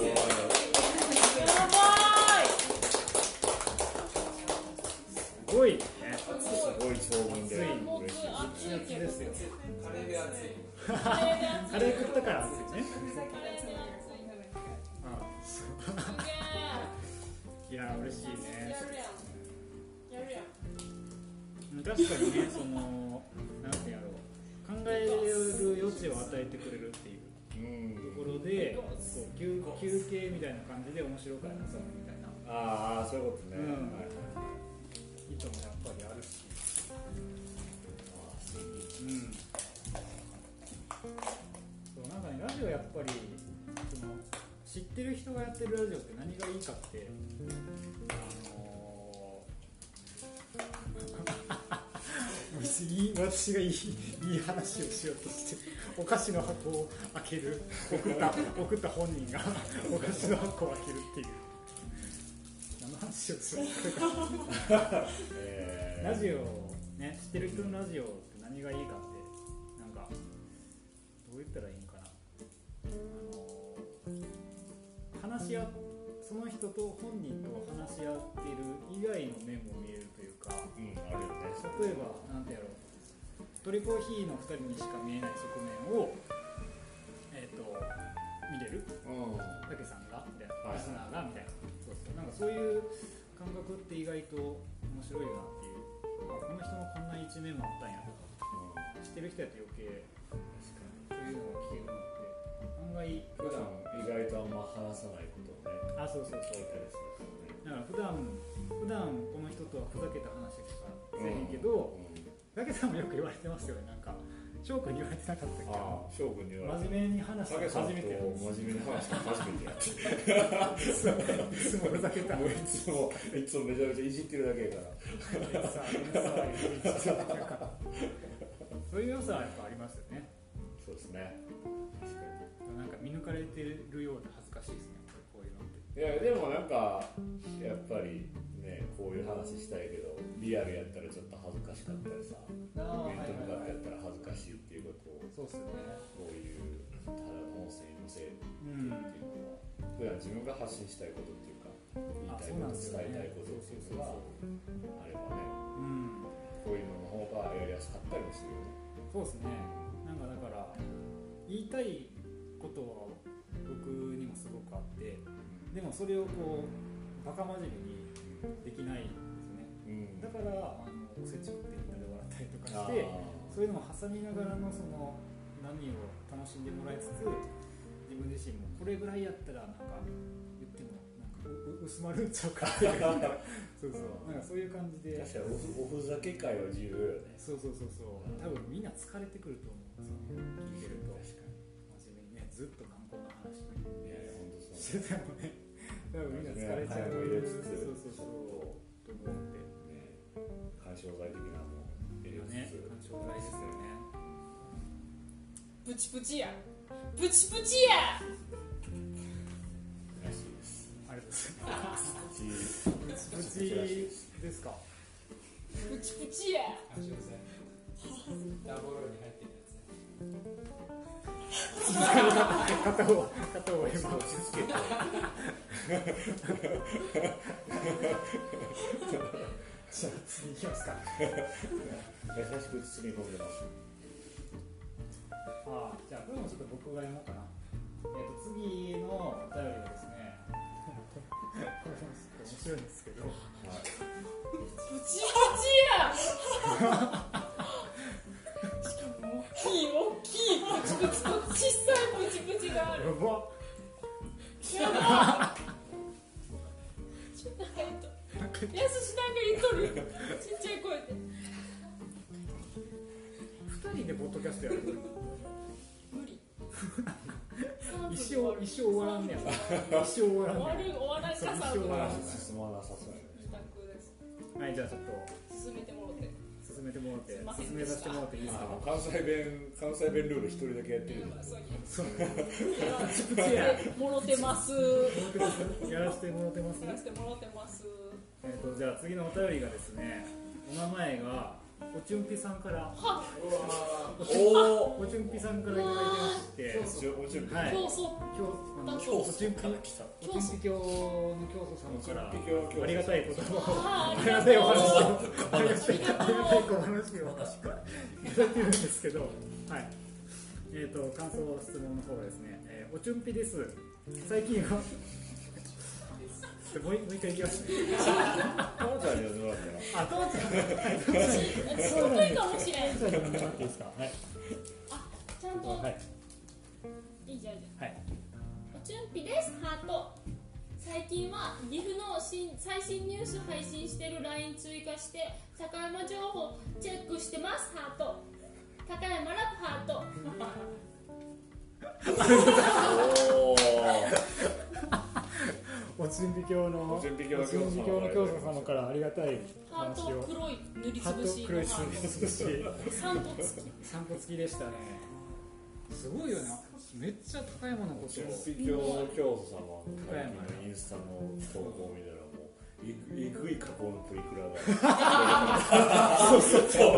A: すごいね。
C: すごい長文で
A: 嬉しい。熱々ですよ。
F: カレーで熱い。
A: カレー食ったから熱いね。
B: カレーで熱い
A: あ、そう。いや嬉しいね。
B: やるやん。
A: 確かにね、そのなんてやろう、考える余地を与えてくれるっていうところで、こう 休, 休憩みたいな感じで面白くなさみたいな。
C: ああそういうことね。うん、はい
A: 意図もやっぱりあるし、うん、そうなんかね、ラジオやっぱりその知ってる人がやってるラジオって何がいいかって、あのー、別に私がいい、いい話をしようとしてお菓子の箱を開ける送った送った本人がお菓子の箱を開けるっていう。話をするえー、ラジオね、知ってる人のラジオって何がいいかって、なんかどう言ったらいいのかな、あの話し合その人と本人と話し合っている以外の面も見えるというか、
C: うん、あるよね。
A: 例えばなんてやろう、 トリコーヒーのふたりにしか見えない側面を、えー、と見れる、たけさんがみたいな、リスナーがみたいな、そうそう、なんかそういう感覚って意外と面白いよなっていう、あ、この人のこんな一面もあったんやとか、知ってる人やと余計そういうのを聞けるのって案外
C: 普段意外とあんま話さないことをね、
A: あ、そうそうそう、だから普段普段この人とはふざけた話しかせえへんけど、だけさんもよく言われてますよね。なんか翔くんに言われてなかったっけ？
C: ああ、翔くんに言われて
A: 真面目に話したの初めてや。
C: 真面目に話したの初めてや。
A: いつもふざけたの。
C: いつもいつもめちゃめちゃいじってるだけやから。
A: さあ、そういう良さはやっぱありますよね。
C: そうですね。確かに。
A: なんか見抜かれてるようで恥ずかしいですね。こういうのって。
C: いやでもなんかやっぱりね、こういう話したいけどリアルやったらちょっと恥ずかしかったりさ、面と向かってやったら恥ずかしいっていうことを、
A: そうっすよね。
C: こういうただの音声に載せるっていうのは、普段自分が発信したいことっていうか、言いたいこと、伝えたいことっていうのがあればね、うん、こういうのの方がやりやすかったりもするよね。
A: そうですね。なんかだから言いたいことは僕にもすごくあって、でもそれをこうバカ真面目にできないんですね、うん、だからあのおせちってみんなで笑ったりとかして、そういうのを挟みながらのその波を楽しんでもらいつつ、自分自身もこれぐらいやったらなんか言ってもなんか薄まるんちゃうかっていうそうそう、なんかそういう感じで、
C: 確かにおふざけ会は重要よね。
A: そうそうそうそう、多分みんな疲れてくると思うんですよ、聞いてると。確かに真面目にね、ずっと観光の話ねしててもね、多分みんな疲れちゃう。
C: 入れつつ、
A: そうそうそうと思って
C: ね、緩衝材的なもの入れつつ、
A: 緩衝材ですよね。
B: プチプチやプチプチや
C: らしいです。
A: ありがとうございます。プチプチですか。
B: プチプチや
F: ダボロに入ってるやつね。
A: 片方片方今
C: 落ち着けて
A: じゃあ次いきますか。
C: 優しく包み込んでます。
A: ああ、じゃあこれもちょっと僕が読もうかな。えっと次のお便りはですねこれも面白いんですけど、はい、
B: プチプチやしかも大きい大きいプチプチと小さいプチプチがある。
A: やばっ
B: やばっちょっと入った。やすしなんか言っとる。ちっちゃい声で。
A: 二人でポッドキャストやる。
B: 無理。
A: 一生一生終わらんねや。一生終わらんねや。
B: 終わる終わらんささ
C: 進まなさそうやね。
B: 自宅です。
A: はい、じゃあちょっと
B: 進めてもろて。
A: 進めてもらって進めさせてもらっていいですか。
C: 関西弁関西弁ルール一人だけやってる。
A: そう。
B: プチプチや。もろてます。
A: やらせてもらってます。
B: やらせてもらってます。
A: えっとじゃあ次のお便りがですね、お名前がおちゅんぴさんから。おお。おちゅんぴさんからいただいてまして。
C: おちゅんぴ。
A: はい。
B: 教祖。
A: おちゅんぴから来た。おちゅんぴ教の教祖さんからありがたい言葉を、ありがたいお話を、ありがたいお話をいただいてるんですけど、はい。えっと感想質問の方がですね、えー、おちゅんぴです。最近はもう一回いきますね。
C: 父ちゃんに呼んでもらったら。
A: あ、父ちゃん。
B: そう得意かもしれん。
A: 父ちゃんに呼んでもらっていいですか。はい。
B: あ、ちゃんと。
A: はい。
B: いいじゃんいいじゃん。
A: はい。
B: おちゅんぴです。ハート。最近は岐阜の新最新ニュース配信してる ライン 追加して高山情報チェックしてます。ハート。高山ラブハート。
C: おお。
A: おちゅんぴ教のおちゅんぴ教の教祖様からありがたい
B: ハート黒い塗りつぶし。
A: 黒い塗りつぶし。
B: 三個付き。
A: 三個付きでしたね。すごいよな。めっちゃ高山のこと。お
C: ちゅんぴ教の教祖様のインスタの投稿を見たらもうえぐい加工のプリクラが。そうそうそう。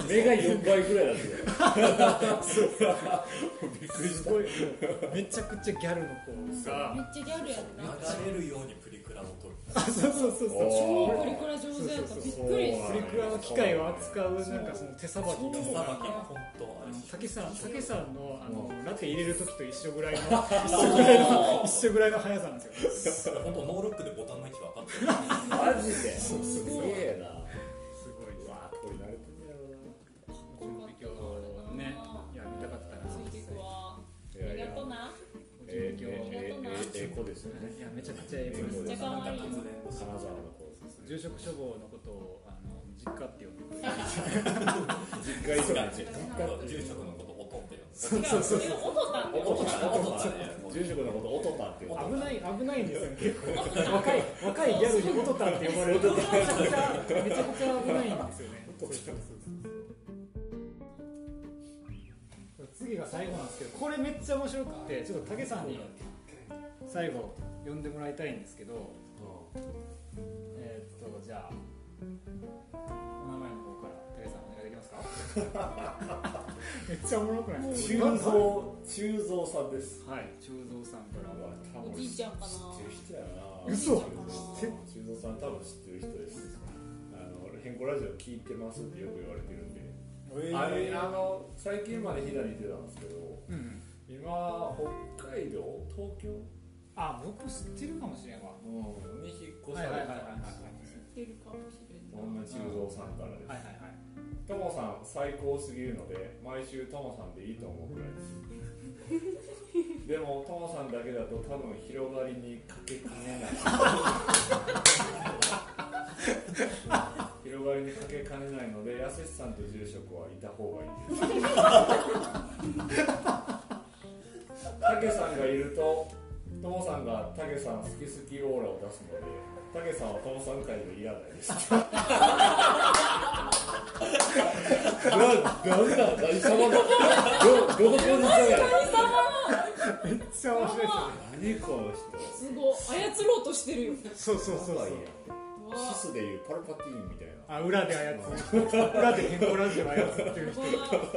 C: 目がよんばいぐらいだったよ。びっくりした。
A: めちゃくちゃギャルの子が。
B: めっちゃギャルやんな。
D: 流れるようにプリクラを撮る。
A: あ、そうそうそうそう。
B: 超プリクラ上手やった。びっくり。
A: プリクラの機械を扱うなんかその手さばきが
D: 手さばきが本当あれ
A: たけさん、たけさんのあのラテ入れる時と一緒ぐらいの一緒ぐらいの一緒ぐらいの速さなんですよ。
D: 本当ノールックでボタンの位置分かってる。
C: マジで。すげえな。
A: すごい。
C: わあ、これ慣れてるやろな。
A: 準備今日ね、いや見たかったな。
B: ついていくわ。
C: いやいや
B: ありがとうな。
C: えー、えー、えー、えー、子ですよね。
A: いやめちゃくちゃ英語です。
B: めっちゃ可愛い。
C: 金沢の子。
A: 住職処方のことをあの実家って呼んでくれる。
C: 実家以上なんですよ。
D: 住職のことおとんって呼んで。
A: そうそうそう。
B: おとたん
C: おとたん、おとたん。住職のことおとたんって呼んで。
A: 危ない危ないんですよね。結構若い若いギャルにおとたんって呼ばれるとめちゃくちゃめちゃくちゃ危ないんですよね。次が最後なんですけど、これめっちゃ面白くて、ちょっと武さんに最後呼んでもらいたいんですけど、えー、っとじゃあお名前の方から武さんお願いできますか？めっちゃおもろくないですか？
C: 中蔵中蔵さんです。
A: はい、中蔵さんからは
B: おじいちゃんかな。
C: 知ってる人やな。
A: 嘘。
C: 中蔵さん多分知ってる人です。あの変更ラジオ聞いてますってよく言われてるんで。あれあの最近まで飛騨にいてたんですけど、
A: うん、
C: 今北海道東京
A: あ僕知ってるかもしれんわ、
C: うん、に引っ越されたんですよ。
B: 知ってるかもしれない。
C: そんな中蔵さんからです。
A: はいはいはい。
C: ともさん最高すぎるので毎週ともさんでいいと思うくらいですでもともさんだけだと多分広がりにかけかねない広がりにかけかねないのでやすしさんと住職はいた方がいいですたけさんがいるとともさんがたけさん好き好きオーラを出すのでたけさんはともさん会でいらないですな、なんだ何様だど、どこにいたや
A: めっちゃ面白い
C: 何この人
B: すごい操ろうとしてるよ。
A: そうそうそうそう。
C: シスでいうパルパティーンみたいな。
A: あ、裏で操る裏で変更ラジオ操ってる人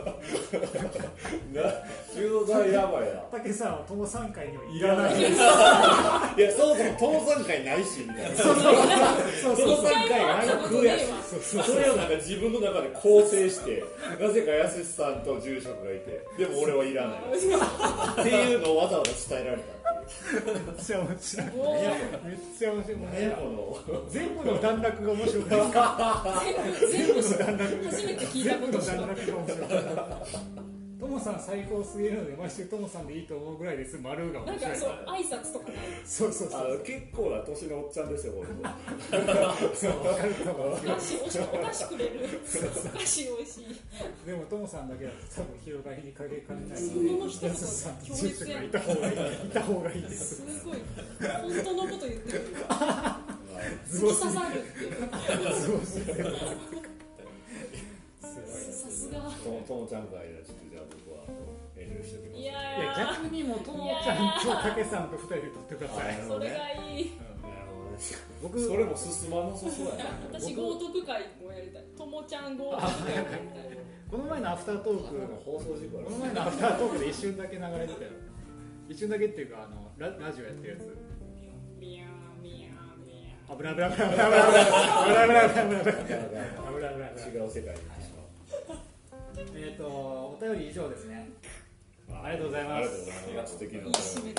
C: な、中蔵さんやばいな。
A: たけさんは友さん会にはいらない
C: いや、そもそも友さん会ないしみたいな。そうそうそう。友さん会がなんか食うやし。それをなんか自分の中で構成してなぜかやすしさんと住職がいてでも俺はいらないっていうのをわざわざ伝えられたっていう。
A: めっちゃ面白い。めっちゃ面白い。
C: 何やこの
A: 全部の段落が面白かった。
B: 全部
A: の段落
B: 初めて聞いたこと
A: 全部の段落が面白かった。ともさん最高すぎるので毎週ともさんでいいと思うぐらいです。丸が面白い。
B: なんかそう挨拶とかない。
A: そうそうそう。
C: あの結構な年のおっちゃんですよ本当。
A: そう分かると思う。
B: お菓子お菓子くれる。お菓子美味しい。
A: でもともさんだけだと多分広がりにかけかねない
B: その人とか
A: さんと住職がいた方がいい。いた方がいいです。
B: すごい本当のこと言ってる。
A: ズ
B: 突き刺さるっていう。
A: ズボスでも
B: さすが。
C: ともともちゃんがいらっしゃってじゃあ僕は遠慮しておきます。
B: いや
A: いや逆にもともちゃんとたけさんと二人で撮ってください。
B: それがいい。
C: 僕それも進まなさそうやな。
B: 私豪徳会もやりたい。ともちゃん豪徳会やりたい。
A: この前のアフタートークの
C: 放送事故
A: この前のアフタートークで一瞬だけ流れてたよ。一瞬だけっていうかあの ラ, ラジオやってるやつ。
B: ミヤミヤミヤ。
A: 危ない危ない危ない危ない危ない危ない危ない危ない危ない危ない
C: 違う世界に行ってしまう。
A: えっとお便り以上ですね。ありがとうございます。
C: ありがとうございます。素敵なお便り。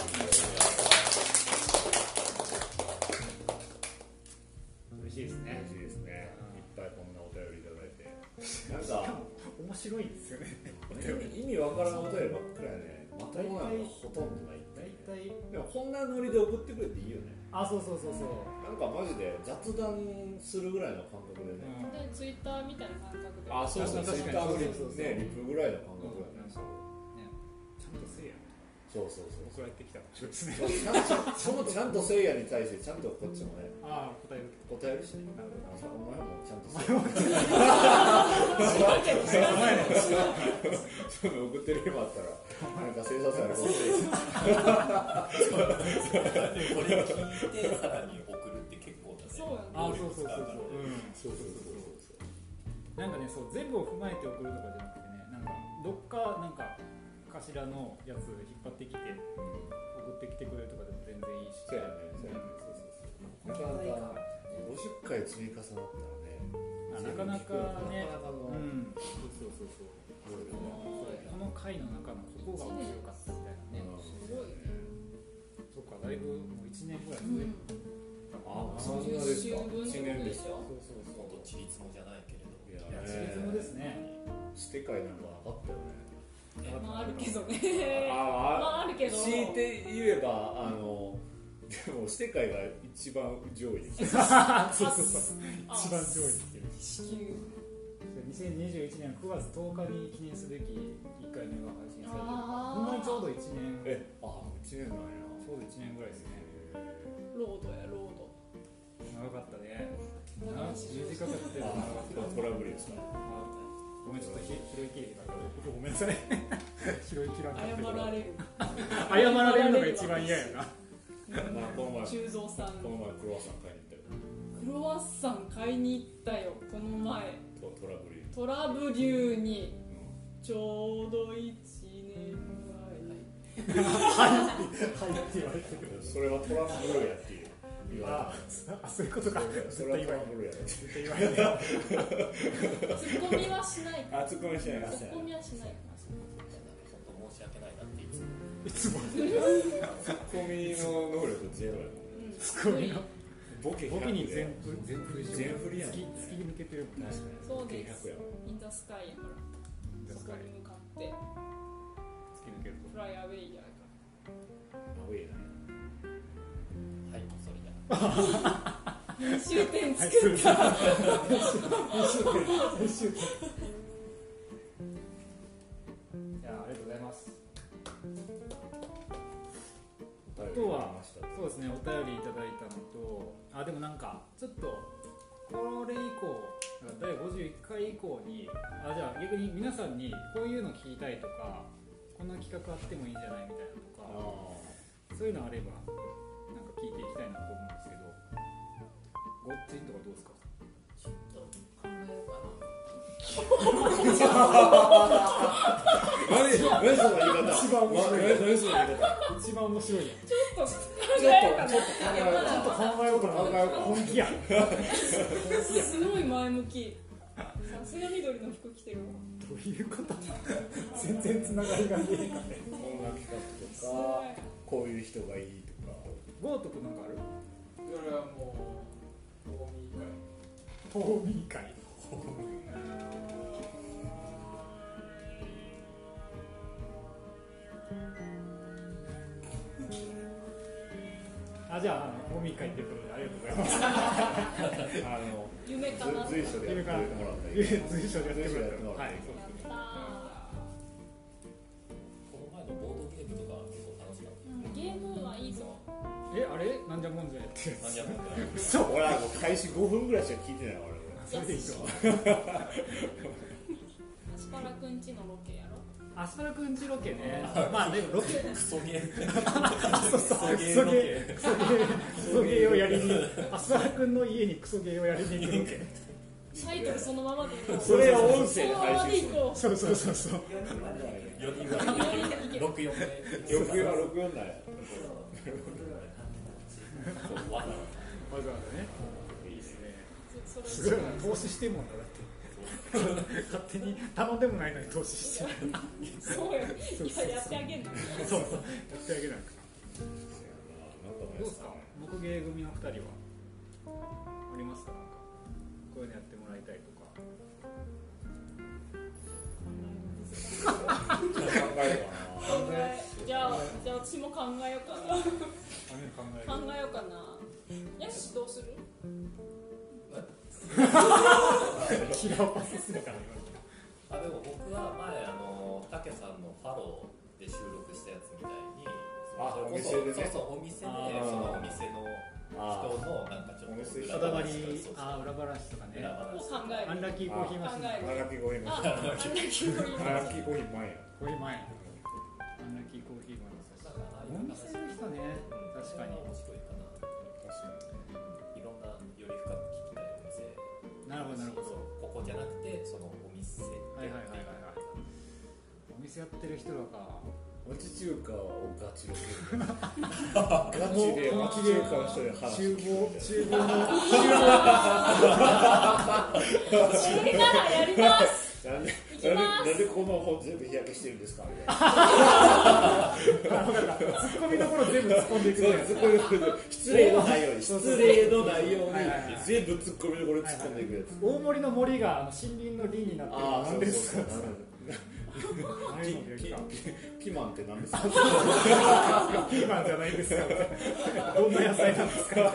A: 嬉しいですね。
C: 嬉しいですね。いっぱいこんなお便りいただいて。なんか
A: 面白いんですよね。
C: 意味わからんお便りばっかりやね。まともなのがほとんどない。
A: 大体
C: でもこんなノリで送ってくれていいよね。
A: あそうそうそうそう。
C: なんかマジで雑談するぐらいの感覚でね。
B: でツイッターみたいな感覚で。
C: あそうそうツイッターのリプねリプぐらいの感覚だね。
A: ちゃんとせいや。
C: そうそうそう。
A: 送られてきた場所ですね。
C: そのちゃんとせいやに対してちゃんとこっちもね。
A: ああ答える。
C: 答えるしね。お前もちゃんとせいや。その送ってる暇あったらなんか生産者のことで。
D: これ聞いてさらに送るって結構だね。
B: そうやね。
A: あそうそうそうそう。
C: そうそうそうそう。
A: なんかねそう全部を踏まえて送るとかじゃなくてねなんかどっかなんか頭のやつ引っ張ってきて送ってきてくれるとかでも全然いいし。
C: そうやね。そうやね。そうそうそう。
A: こ
C: なかなかごじゅっかい積み重なったらね、
A: あなかなかね、
C: なかなかの、
A: うん、そうそうそうそう、この回の中のここが面白かったみたいなね、
B: すごいね。
A: そっか、だいぶもういちねんぐらい続いて
C: あ、そんなですか。
B: いちねんでしょ。
A: そうそうそう、
D: 本当ちりつもじゃないけれど、
C: いや
A: いや、ちりつもですね。
C: 捨て会なんかなかったよね。
B: まああるけどね。
C: あ
B: まああるけど。
C: 強いて言えばあのでも捨て会が一番上位です。
A: そうそうそう、一番上位っていう。
B: 地球。
A: にせんにじゅういちねんくがつとおかに記念すべきいっかいめが配信されてる。
B: あー
A: ほんまにちょうどいちねん。
C: え、あ、いちねんなんや。
A: ちょうどいちねんぐらいですね。
B: ロードやロード。
A: 長かったね。
B: 長いし
A: 短かったよ。長かった。
C: トラブルですか。
A: ごめん、ちょっとひ拾いきれてなかった。ごめんなさい。拾いきらなかったけど。
B: 謝られる。
A: 謝られるのが一番嫌やな。
C: まあこの前
B: 修造さん。
C: この前クロワッサン買いに行ったよ。
B: クロワッサン買いに行ったよ。この前。
C: トトラブル。
B: トラブリューにちょうどいちねんぐらい。
A: はいって言われてる。
C: それはトラブルやっていう言わ
A: あ、あ、そういうことか。
C: それはトラブルや。
A: 絶対言われない。
B: ツッコミはしない。
C: あ、ツッコミしない。
B: ツッコミはしない。
D: 本当申し訳ないなっていつも
A: いつも
C: ツッコミの能力ゼロやもん。
A: ツッコミの
C: ボケ
A: ボケに全振全振り
C: 全振りやもんね。
A: 突き抜けてるもんね。
B: そうです
C: ボケひゃくやもん。
B: インザスカイやからそこに向かって
A: 突き抜けると。
B: フライアウェイやから
C: アウェイだね。
D: はい、それじゃ
B: 編集点作った
A: 編集点。いや、ありがとうございます。あとはそうですね、お便りいただいたのと、あ、でもなんかちょっとこれ以降、だいごじゅういっかい以降に、あ、じゃあ逆に皆さんにこういうの聞きたいとか、こんな企画あってもいいんじゃないみたいなとか、そういうのあればなんか聞いていきたいなと思うんですけど、ごっちんとかどうですか？
B: ちょっと考えようかな
C: 何何その言い方。
A: 一番面白い。
C: 何その言い方。
A: 一番面白いやん。
B: ちょっと考
C: ちょ
B: えようかな
C: っとちょっと考えよう。
A: ちょっと考えようかな。
C: 考えようか
A: 本気や。
B: すごい前向きさすが緑の服着てるわ
A: どういうこと？全然つながりが見えない。
C: こんな企画とか、こういう人がいいとか。
A: ゴートクなんかある？
F: それはもう大見会
A: 冬眠会。あ、じゃあ、あの冬眠会っていうことでありがとうございます。
C: あの
B: 夢かな
C: 随所でやってもらったり。
A: 随所でやってもらったら、はい、そうですね。
D: この前のボードゲームとか結構楽しかった。
B: ゲームはいいぞ
A: え、あれなんじゃもんじゃやってるやつ。
D: なんじゃもんじゃ
A: 嘘。
C: 俺はもう開始ごふんぐらいしか聞いてないわ俺。
A: それでいいと。
B: アスパラくんちのロケやろ
A: アスパラくんちロケね。まあでもロケ。
D: クソゲー
A: そうそう。クソゲー、クソゲー、クソゲーをやりに、アスパラくんの家にクソゲーをやりに行くロケ。
B: タイトルそのままでいこう
C: それを音声で
B: そのまま
C: 配信する。
B: でいこう
A: そうそうそうそう。
D: よにんぐらいろくよんで
C: 録音は録音だよ。
D: わざわ
A: わざわざね。いいですね。
B: それ
A: すごいな、投資してんもんだ、だって。勝手に頼んでもないのに投資してる。
B: そうよいややってあげんの
A: そうそう。やってあげなくて。どうですか？木芸組のふたりはありますか？なんかこういうのやってもらいたいとか。
C: 考え
B: 考えじゃあじゃあ私も考えようかな
A: あれ考える。
B: 考えようかなよしどうする
A: キラーパスするから
D: あでも僕は前あのたけさんのファローで収録したやつみたいに
C: あ
D: それこそ
C: お店でね
D: そうそうお店で
A: あー
D: そのお店の人のなんかちょっと
C: お店
A: こだわり、あ、裏話とかね。
D: 裏話
B: 考える
A: アンラッキーコーヒーマシン。
B: 考える
C: ラッキーコーヒー
B: あ
C: マシン。
B: アンラッキーコーヒー
C: ラッキーコーヒー前や。
A: コーヒー前。アンラッキーコーヒーマシン。お店の人ね、確かに。
D: 面白いかな。
C: 確か
D: いろんなより深く聞きたいお店。
A: なるほどなるほど。
D: ここじゃなくてそのお店。
A: はいはいはいはいはい。お店やってる人とか
C: 町中華をガチでガチで町中華の人で話
A: 厨房厨房の
B: それならやります
C: なんで
B: 行きます
C: なんでこの本全部日焼けしてるんですかみたいな
A: ツッコミどころ全部突っ込んでいくみたいな
C: そう失礼のないように失礼のないように
A: はいはいはい
C: 全部突っ込みどころ突っ込んでいくやつ
A: 大森の森があの森林の林になってるのは何ですかああいうので
C: ピ
A: 言うか
C: ピマンって何ですか
A: ピーマンじゃないんですよどんな野菜なんですか
C: ピマン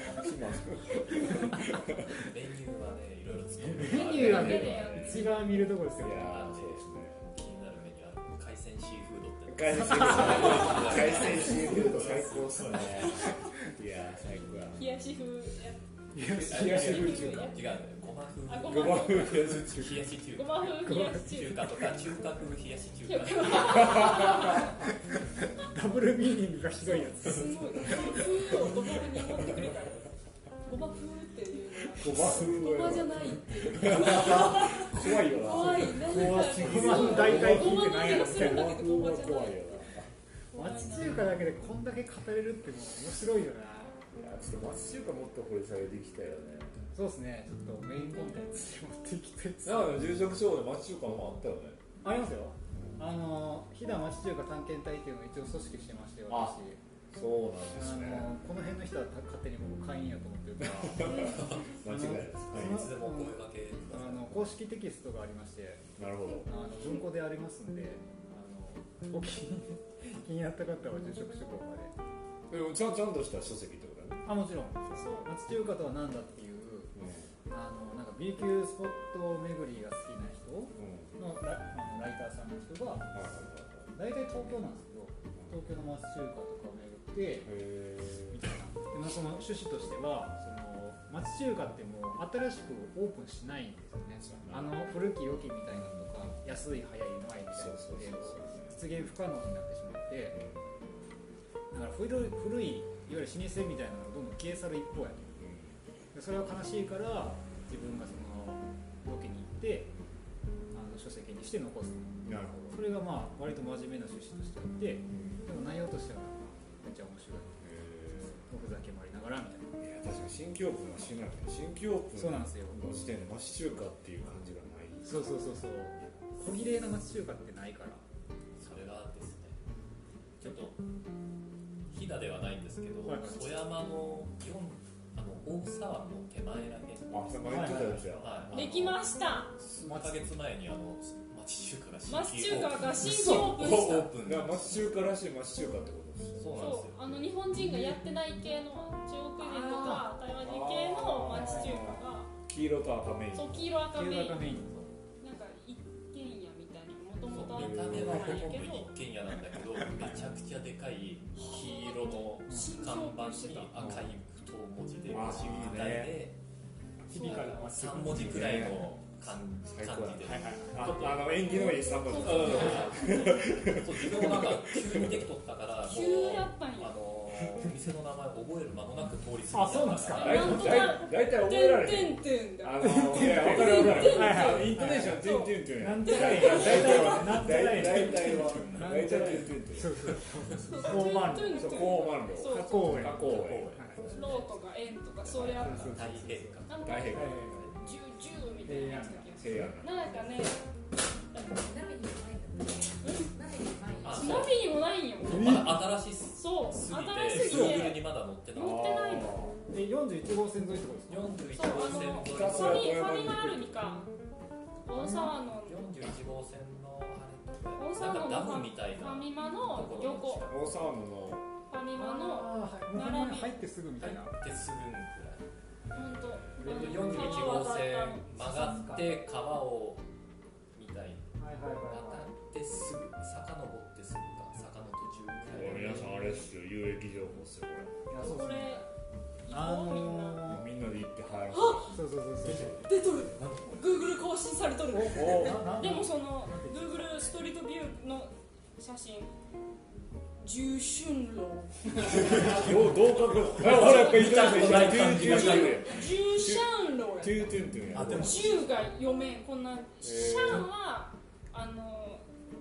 D: メニューはねいろいろ作る
A: メニューはね一番見るところですよ
C: い
A: ね
C: やーそうですね
D: 気になるメニューは海鮮シーフードって
C: 海鮮シーフード海鮮シーフード最高っすねいやー最高や
B: 冷やし風や
A: 冷やし風中華
D: 違うごま風
B: あご
C: ごま風冷やし中
D: 冷やし中
B: ご
D: 華
B: ま風冷やし中
D: 中華とか中華風冷やし中華
A: ダブルミーニングがひどいやつ
B: 華すごい風をドボルに持ってくれたごま風っていう
C: ごま風
B: ごまじゃないっていう
C: 怖いよな
B: 怖いなんか
A: ごまの大体聞いてないやろみたいな
B: ごまの匂いするんだけどごまじゃない
C: 怖いよ
A: 町中華だけでこんだけ語れるってもう面白いよな。
C: ないやちょっと町中華もっと掘り下げていきたいよね
A: そうですね、ちょっとメインコンテンツに持っていきたいです。
C: だから住職証で町中華もあったよね
A: ありますよ。あの飛騨町中華探検隊っていうのを一応組織してまして、私
C: そうなんですね
A: あのこの辺の人は勝手に僕会員やと思ってるから
C: 間違いないですはい
D: いつでも声掛け
A: あの公式テキストがありまして、
C: なるほど
A: あの文庫でありますんで、あのお気に気になった方は住職書房まで。
C: でもちゃんちゃんとした書籍ってことだね
A: あ、もちろん。そう町中華とは何だっていう、あのなんか B 級スポット巡りが好きな人のラあのライターさんの人が大体東京なんですけど、東京の町中華とかを巡ってみたいな。でもその趣旨としては、その町中華ってもう新しくオープンしないんですよね。あの古き良きみたいなのとか安い早いうまいみたいなので実現不可能になってしまって、だから古い古いいわゆる老舗みたいなのがどんどん消え去る一方やと。でそれは悲しいから自分がそのロケに行ってあの書籍にして残す。
C: なるほど
A: それがまあ割と真面目な趣旨としてあって、でも内容としてはめっちゃ面白い。おふざけもありながらみたいな。
C: いや確かに新規オープンはしなくて新規オープン
A: そうなんですよ。
C: の時点で町中華っていう感じがない
A: そうそうそうそう。小綺麗な町中華ってないから。
D: それがですねちょっと飛騨ではないんですけど、
A: はいはい
D: 富山のよんあの大沢の手前らへん
C: あ、それ前言ってたやつや
D: はい
B: できました。
D: 数ヶ月前にあの町中華が
B: 町中華が新規
C: そう
B: オープンした。
D: オープン
C: だから町中華らしい町中華ってことですよ
D: そうなんですよ
B: そう、あの日本人がやってない系の中国人とか台湾人系の町中華が
C: 黄色と赤メイン
B: そう黄色赤メイン
A: 黄色赤メイン
B: なんか一軒家みたいなもともとある
D: 見た目はほとんど
B: けど
D: 一軒家なんだけどめちゃくちゃでかい黄色の看板に赤い太文字で
C: あ
D: 星みたいで
A: 響かない
D: さん文字くらいの漢
C: 最
D: 漢字で
C: 高だああの縁起のいいさん文字
D: そう自分もなんか急にできとったからもう
B: 急やったんや
D: あのお店の名前覚える間もなく通り過ぎ
A: あそうなんですか
C: 大
B: なんと
C: 体
B: か
C: 大体覚えられへん
B: てんてんてん
C: あのいや分かる分かる
A: はいはい
C: イントネーションてんてんてんや
A: なんとかいい大体はなんとかいい
C: 大体は大体てんてんてん
A: そうそう
B: そう
A: 高慢
B: てんてんてん
C: そう高慢路
B: そう
A: 加工園
C: 加工園
B: ローとか円とかそうやった
D: 大変か
B: なんか
C: 大変
B: ジュジュみたいなやつだけ
C: 平安
B: なんかね
E: 鍋にもないんだ鍋にもない
D: あ
B: ナビにもないんよ
D: まだ新しい
B: そう
D: すぎ
B: 新しすぎ
D: て Google
B: て
D: にまだ載ってない
B: 乗ってないの
A: えよんじゅういち号線沿いってことですか
D: よんじゅういち号
B: そうあの
D: 線の
B: ファミファミマルミか大沢の
D: よんじゅういち号線のあれと
B: 大
D: か
B: 沢の
D: なんかダムみたいな
B: ファミマの横
C: 大沢野の
B: ファミマの
A: あーはいもう入ってすぐみたいな
D: 入ってすぐくらい
B: 本当
D: よんじゅういち号線曲がって川をみたいに
A: はいはいは
D: 渡ってすぐ遡ってすぐか坂の途中くらい
C: 皆さんあれっすよ有益情報っすよこ
A: いはいいやそう
B: これ
A: ですね
B: 行
A: あ
B: こうみんな
A: の
C: れみんなで行って流行ら
A: そうそうそうそう
B: 出とる Google 更新されとる
C: お
A: なな
B: でもその Google ストリートビューの写真重春楼
C: せどうどう書くのほらやっぱ言ってました
D: ない感じがしたね
B: 重春楼や
C: トゥートゥントゥンや
D: あでも
B: 銃が読めんこんなシャンはあの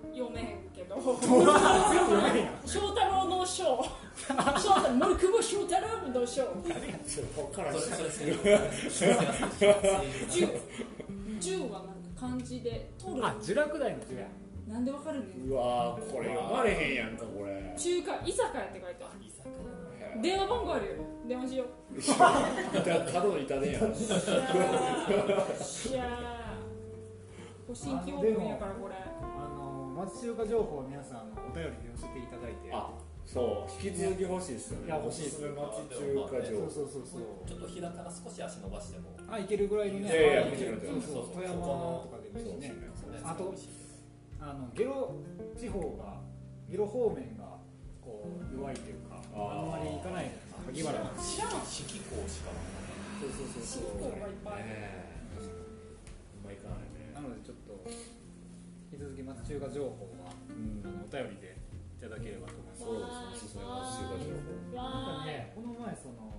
B: 読めへんけど
A: 全部読めへんやん。
B: 翔太郎の章翔太森久保翔太郎の章
C: 分からんし
D: それそれそれ
B: 十十はなんか漢字で取る
A: あ、呪落第の呪や。
B: なんでわかるねん
C: うわーこれ読まれへんやんかこれ
B: 中華居酒屋って書いてある
D: 居酒屋
B: 電話番号あるよ電話しよう
C: 板角の板でやん
B: しゃーしゃーご新規オープンやからこれ
A: あの町中華情報を皆さんあのお便りで寄せていただいて。
C: あそう引き続き欲しいですよね
A: いや欲しいです
C: おすすめ町中華情報
A: そうそうそうそう。
D: ちょっと日高から少し足伸ばしても
A: あ、いけるぐらいにね。
C: いやいや
A: はい
C: もちろん
A: そうそう富山とかでもいいしね。あとあのゲロ地方がゲロ方面がこう弱いというか、あんまり行かないじゃないですか。萩原の。
B: 知らん
D: 四季校しか
A: そうそうそう
B: 新
A: そう。
B: 興がいっぱい
C: ねえうまいかないね
A: なのでちょっと引き続き町中華情報は、
C: うん
A: あのお便りでいただければと思います。
C: そうですねおすすめ町中華情報
B: わーい
A: なんかね、この前その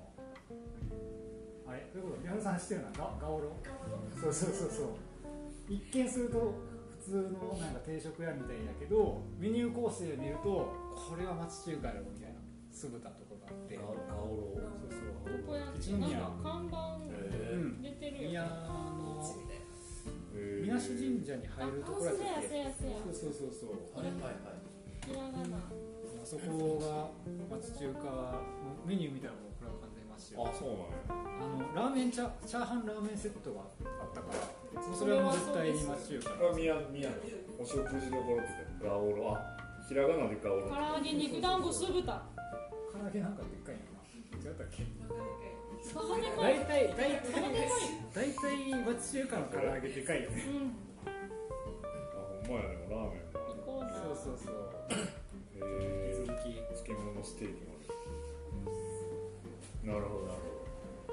A: あれどういうこと？宮原さん知ってるなガガオロ？そうそうそうそう。一見すると普通のなんか定食屋みたいだけど、メニュー構成を見るとこれは町中華よみたいな酢豚とかがあって、
C: ガオロ
A: そうそう。
B: ここや
A: 一宮
B: なんか看板
A: うん。
B: 出てるよ
A: いやあの
C: へー
A: みなし神社に入るところやったっけ？
B: せやせや
A: そうそうそうそう。
D: はいはいはい
B: ひらがな
A: あそこが町中華メニュー見たらもうこれは完全に町中華。
C: あそうなんや
A: あのラーメンチャチャーハンラーメンセットがあったから、それはもう絶対に町中華。
C: あ宮宮のお食事どころって言ったらガオロあひらがなでガオロ
B: 唐揚げ肉団子酢豚
A: 唐揚げなんかでっかいのかな。違ったっけ？
B: バカでか
A: 大
B: い
A: 体大体大体町中華の唐揚げでかいよね。
B: うん
C: あほんまやねラーメンも
B: 行こうな
A: そうそうそう。
C: へえ
A: 引き続き
C: 漬物ステーキまでなるほどなるほ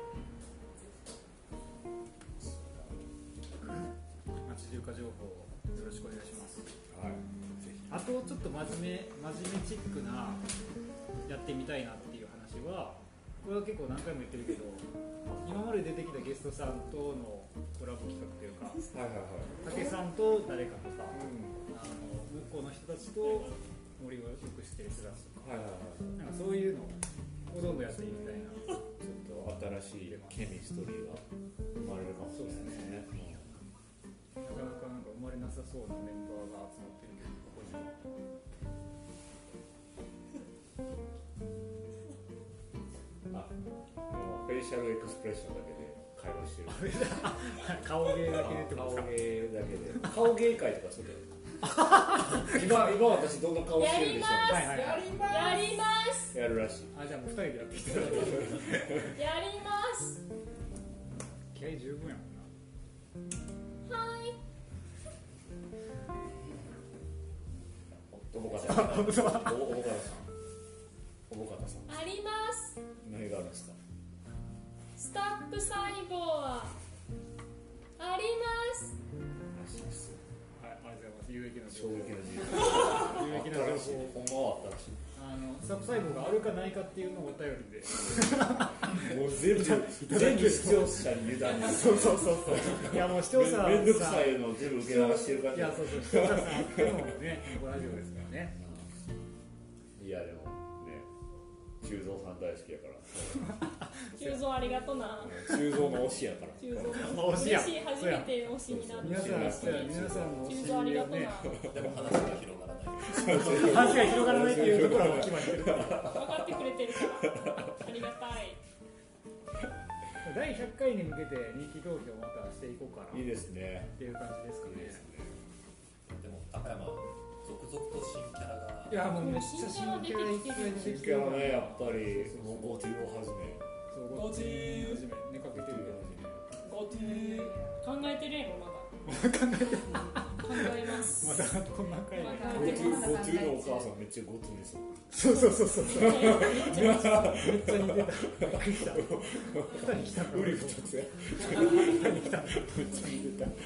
A: 町中華情報よろしくお願いします。
C: どはいぜひ
A: あとちょっと真面目真面目チックなやってみたいなっていう話は、これは結構何回も言ってるけど、今まで出てきたゲストさんとのコラボ企画というか、
C: はいはいはい
A: 武さんと誰かとか、
C: うん
A: あの向こうの人たちと森をよく知ってる人たちとか、
C: はいはいはい
A: なんかそういうのをどんどんやっていきたいな。
C: ちょっと新しいケミストリーが生まれるかもしれないですね
A: なかなかなんか生まれなさそうなメンバーが集まってるけど、ここには。
C: あもうフェイシャルエクスプレッションだけで会話してる
A: 顔芸だけでってこと
C: 顔
A: ですか？
C: 芸だけで顔芸会とかする今今私どんな顔してるんでしょう
A: はいはいはい。
B: やります
C: やるらしい
A: あ、じゃあもう二人でやってきていただける。
B: やります
A: 気合い十分やもんな。
B: はい
C: おぼかたさんおぼかたさんおぼかたさん
B: あります
C: 何があるんですか
B: スタップ細胞はあります
C: らしいです
A: はい、ありがとうございます。有益な情報。
C: 衝撃の事
A: 有益な情
C: 実
A: 報。
C: ほんまはあったらしい
A: あのスタッフ細胞があるかないかっていうのをお便りで。
C: もう全部全部視聴者に委ねる
A: そうそうそうそう。いやもう視聴者さん。
C: めんどくさいの全部受け流してる感じ
A: いやそうそう視聴者さんあってのね、このラジオですからね。
C: いやでもね修造さん大好きやから
B: 急増ありがとな
C: 修造の推しやから
B: 急増
A: 推しや
B: 嬉しい初めて推しになって
A: 皆さん
B: 嬉しい
A: 皆さんの
B: 急増ありがとな
A: ね、
D: でも話が広がらない
A: 話が広がらないっていうところも決まってる。
B: 分かってくれてるからありがたい
A: だいひゃっかいに向けて人気投票をまたしていこうかない
C: いですね
A: っていう感じですかね。
D: でも高山続々と新キャラが
A: いやもうめっちゃ新キャラいっぱい出てきてる
C: 新キャラねやっぱりもうゴティをはじめ
A: そう
F: ゴチー
A: 初め寝かけてるよ
F: ゴティー
B: 考えてるやろまだ考えて考えます
A: まだこんな回
B: まだ
C: ゴティゴティのお母さんめっちゃゴティです
A: そうそうそうそうそうめっちゃ
B: めっちゃ
A: 似てたびっくりしたふたり来たから
C: ウリ二つや
A: ふたり来た
C: めっちゃ似てた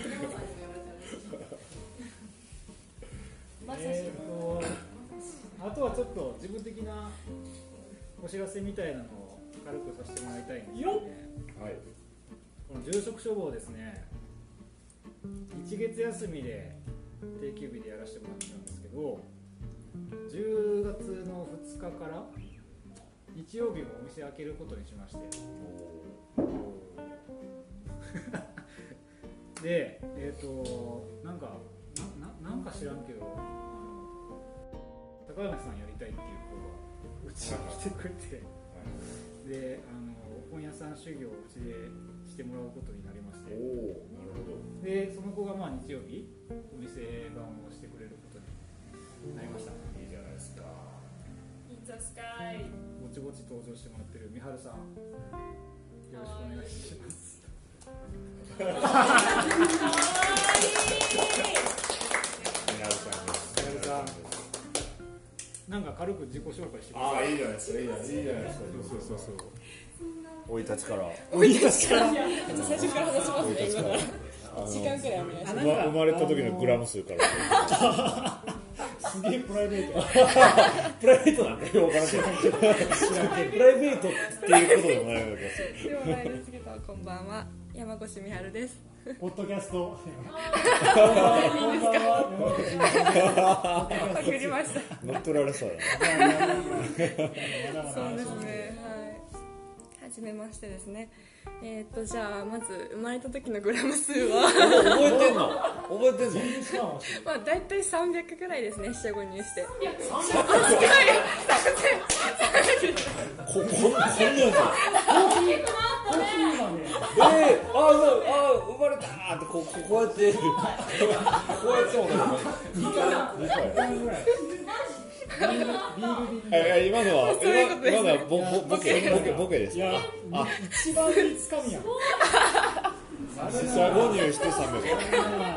B: まさし
A: えーとあとはちょっと自分的なお知らせみたいなのを軽くさせてもらいたいんですけどね。
C: はい
A: この住職処方ですね、一月休みで定休日でやらせてもらってたんですけど、じゅうがつのふつかから日曜日もお店開けることにしまして、で、えっ、ー、となんかなななんか知らんけど、高山さんやりたいっていう子がうちに来てくれて、で、あの本屋さん修行をうちでしてもらうことになりまして、
C: おー、なるほど。
A: でその子がまあ日曜日お店番をしてくれることになりました。
C: いいじゃないですか。
B: インザスカイ。
A: ぼちぼち登場してもらってるみはるさん、よろしくお願いします。
C: みなるさんです。
A: みなるさん、なんか軽く自己紹介してください。
C: ああ、いいじゃないですか。いいじゃないですか。いいじゃないですか。
A: そうそうそう。
G: 生い立ちから
A: 生い立ちから
H: 最初から話しますね、今から時間くらいお願いします。
C: 生まれた時のグラム数から
A: すげえプライベート
C: プライベートなんかよくわからんけどプライベートっていうことでもないわけですよ。
H: でもないですけど、こんばんは、山越美春です。
A: ポッドキャスト
H: いいんですか？パクりました。
C: 乗っ取られそうや
H: そうですね、はい。はじめましてですね。えーと、じゃあまず生まれた時のグラム数は
C: 覚えてんの覚えてんの
H: まあだいたいさんびゃくくらいですね、四捨五入して。
C: ここんなんじゃん。で、ああ、生まれたーってこうこうやってこうやってもにかいぐらい。今のは今のはボボケボケボケです。
A: いや、あ、一番いいつかみやん。
C: 四捨五入してさんびゃく。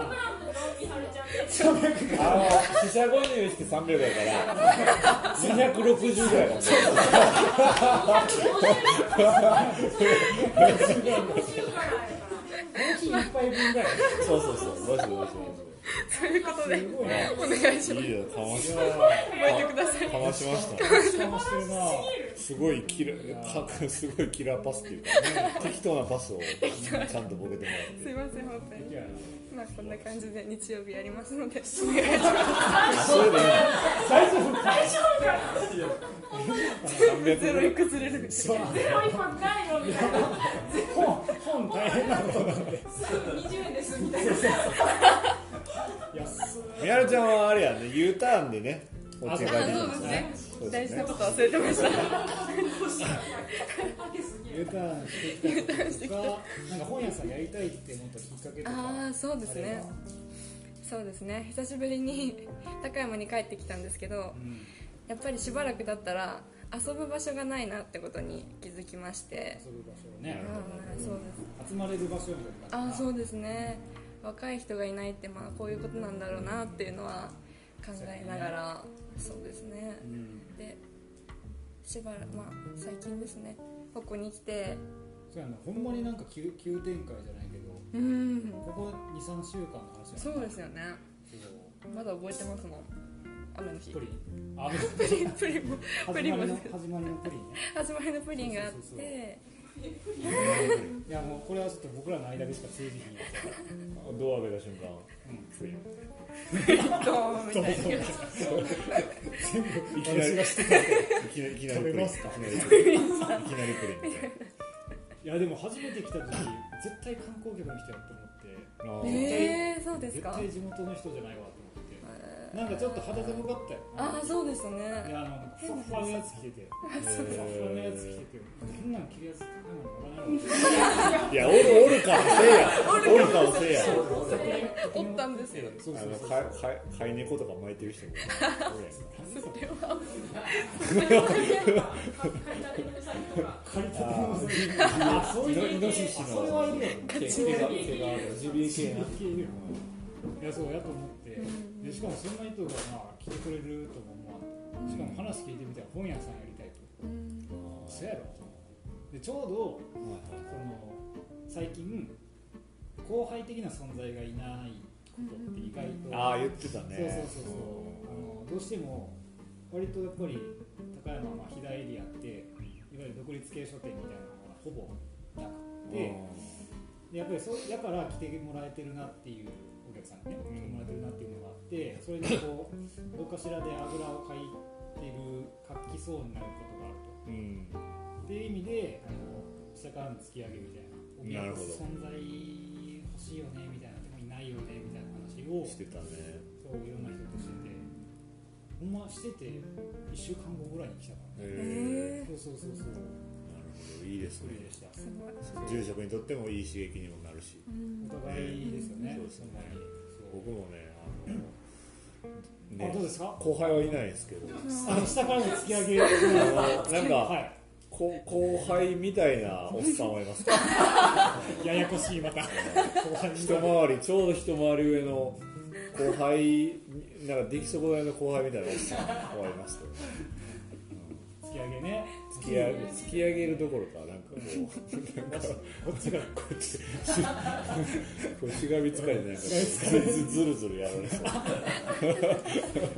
C: あの四捨五入してさんびゃくだからにひゃくろくじゅうぐらいだもん。一杯分ぐらい。そうそうそう。どうしようどうしよう。
H: そういうことでお願いします。
C: いいよ、かまし
H: 覚えてください。
C: かましました。
A: かましてるな。
C: すごいキラー、すごいキラーパスっていうか、ね、適当なパスをちゃんとボケてもらって。
H: すいません、本当に。まあこんな感じで日曜日やりますのでお願いします。
C: あ、それでいいの？
A: 大丈夫大丈夫か。
H: ゼロいくずれる。
B: ゼロ今ないのみたいな。
A: 本本大変なことなんで。
B: にじゅうえんですみたいな。
C: みやるちゃんはあれやね、U ターンでね、お家が出てますね。
H: 大事なこと忘れてました。
A: U ターンしてきたとか、なんか本屋さんやりたいって思ったきっかけとか。
H: ああ、そうですね。そうですね。久しぶりに高山に帰ってきたんですけど、うん、やっぱりしばらくだったら遊ぶ場所がないなってことに気づきまして。
A: 遊ぶ場所ね。
H: うん、そうです。
A: 集まれる場所みたいな。
H: ああ、そうですね。若い人がいないってまあこういうことなんだろうなっていうのは考えながら、そうですね、うん、でしばらくまあ最近ですね、ここに来て、
A: そうやな、ほんまになんか急急展開じゃないけど、
H: うん、
A: ここ にさんしゅうかんの話やな。
H: そうですよね。まだ覚えてますもん、雨の日。
A: プリン、雨の
H: プリンプリンもプリンも
A: 始まりのプリンね。
H: 始まりのプリンがあって。そうそうそうそう
A: いやもうこれはちょっと僕らの間でしか通じひんやつやから。
C: ドア開けた瞬間、うん、プリン
H: ドーンみたいな。
A: 全部いきなりがしてた。
C: いきなり食べますか。いきなりプリン。いきなりプリン。
A: いやでも初めて来た時絶対観光客の人やと思って。
H: えー、そうですか。
A: 絶対地元の人じゃないわと思って。なんかちょっと肌寒かったよ。
H: ああ、そうですね。
A: いや、あのふわふわのやつ着てて、ふわふわのやつ着てて、変なの着るやつって
C: いや、おるおるかもせいや、おるかもせいや。
H: おったんですよ。
C: そうそうそう。飼い猫とか巻いてる人も。
A: 借りたてのあ、そういうイノシシの毛が毛があるジビエ系な。いや、そうやと思って、でしかもそんな人がまあ来てくれるとも思わん。しかも話聞いてみたら本屋さんやりたいと。そうやろ。でちょうどその最近後輩的な存在がいないことって意外と、
C: ああ言ってたね。
A: そうそうそうそう。あのどうしても割とやっぱり高山は飛騨エリアっていわゆる独立系書店みたいなのがほぼなくて、でやっぱりそうやから来てもらえてるなっていうおお客さんにね来てもらってるなっていうのがあって、それでこうどっかしらであぐらをかいてるかきそうになることがあると、うん、っていう意味であの下からの突き上げみたいな、おみやこ存在欲しいよねみたいな、でもいないよねみたいな話を
C: してたね。
A: そういろんな人としてて、ほんましてていっしゅうかんごぐらいに来たからね。へー、そうそうそうそう。
C: なるほど、いいですね。
A: でした。
C: 住職にとってもいい刺激にもなるし、
A: お互いですよね。
C: そうですね。僕もね、あの
A: ね、あ、どうですか？
C: 後輩はいないですけど、
A: あの下からの突き上げ
C: なんか、はい、後輩みたいなおっさんはいますか？
A: ややこしい、また後
C: 輩一回り、ちょうど一回り上の後輩、なんか出来損ないの後輩みたいなおっさんはいますけど、
A: 突き上げね、
C: 突き上げ、突き上げるどころか、なんかこう、なんかこっちがこうやってこうしがみつかれて、なんかずずるずるやられそう。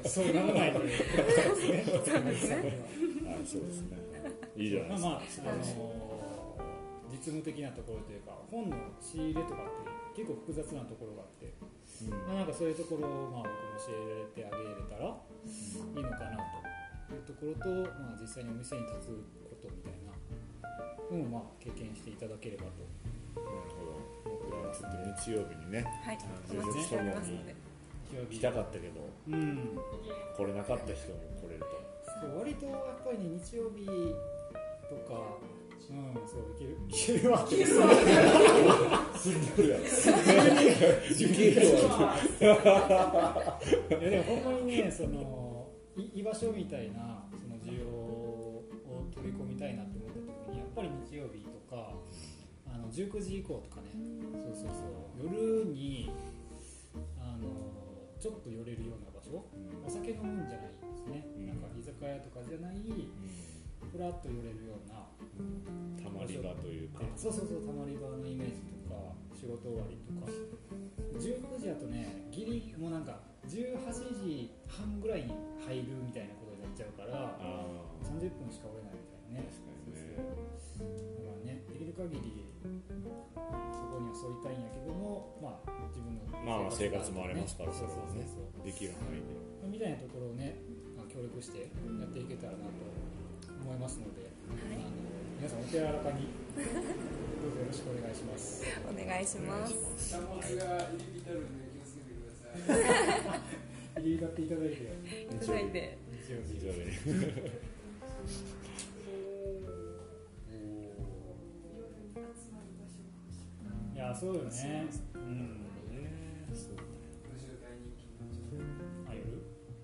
A: そうならないで。
C: そうですね。そうですね。いいじゃないですか。
A: まあまあ、あの実務的なところというか、本の仕入れとかって結構複雑なところがあって、うん、まあ、なんかそういうところをまあ僕も教えてあげれたらいいのかなというところと、まあ、実際にお店に立つことみたいなのもまあ経験していただければと。
C: なるほど。僕はちょっと日曜日にね、
H: はい、
C: 住職処分に来たかったけど、うん、来れなかった人も来れると。
A: 割とやっぱりね、日曜日とか、うん、そういけるいけるわけですよ。
C: すんどるやろ。いけるわ。
A: いやでもほんまにね、その居場所みたいなその需要を取り込みたいなって思った時に、やっぱり日曜日とかあのじゅうくじ以降とかね、そうそうそう夜にあのちょっと寄れるような場所、お酒飲むんじゃないですね。なんか居酒屋とかじゃない。ふらっと寄れるような
C: たまり場というか、
A: そうそうそう、たまり場のイメージとか仕事終わりとか、じゅうくじだとね、ギリもうなんかじゅうはちじはんぐらいに入るみたいなことになっちゃうから、さんじゅっぷんしか折れないみたいなね。確かにね。だからね、できる限りそこには沿いたいんやけども、まあ自分の
C: まあ生活もありますから、それはね、できる範囲で
A: みたいなところをね、協力してやっていけたらなと思いますので、はい、あの皆さんお手柔らかにどうぞよろしくお願いします。
H: お願いします。
F: しゃもじが入り浸るんで気をつけてください。
A: 入り浸っていただいて
H: いただいて
A: 日曜日日曜日いや、そうよね。うん。あ、夜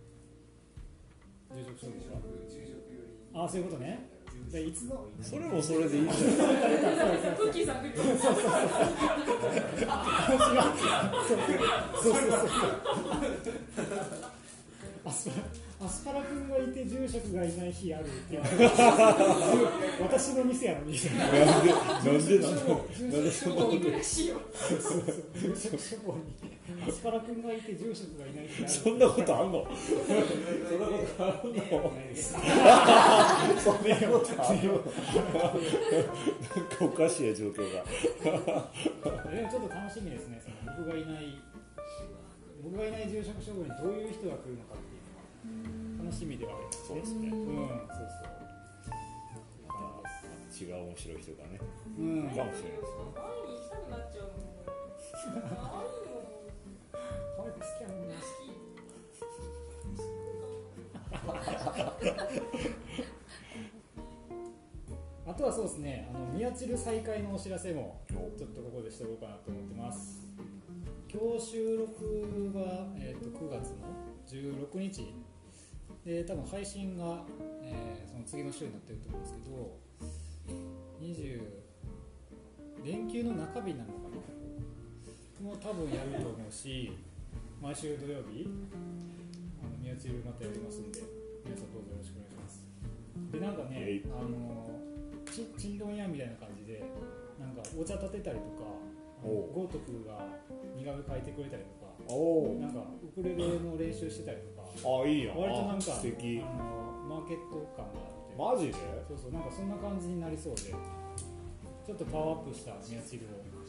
A: 住職処分か。あ、そういうことね。でいつの
C: それもそれでいいじゃない。
B: クッキーさん、クッキーさん。
A: そうそうそうそう。アスパラ、アスパラ君がいて住職がいない日あるっていう。私の店やのに。
C: なんでなんでなんでそんなこと。
B: 嬉しいよ。
A: そうそうそう。住職処分にアスパラ君がいて住職がいない日ある。
C: そんなことあんの？そんなことあんの？そんなことあんの？なんかおかしい状況が。
A: でもちょっと楽しみですね。その僕がいない僕がいない住職処分にどういう人が来るのかっていうのが楽しみではありますね。
C: そうですね。
A: うん、そうそう。
C: また違う面白い人がね、
A: うん、
C: かもしれないですね。
B: 会いに行きたくなっちゃうもん。会いにも
A: 可愛く好きやもんな。あとはそうですね、あのミヤチル再開のお知らせもちょっとここでしておこうかなと思ってます。今日収録が、えー、とくがつのじゅうろくにちで、多分配信が、えー、その次の週になってると思うんですけど、にじゅう連休の中日なのかなもう多分やると思うし、毎週土曜日あのミヤチルまたやりますんで、皆さんどうぞよろしくお願いします。で、なんかね、あのちんどん屋みたいな感じでなんかお茶立てたりとか、豪徳が似顔絵描いてくれたりとか、なんかウクレレの練習してたりとか、
C: あ、いいやん。
A: 割となんか
C: 素敵。
A: あのマーケット感があって、
C: マジで？
A: そうそう、なんかそんな感じになりそうで、ちょっとパワーアップしたミヤチルを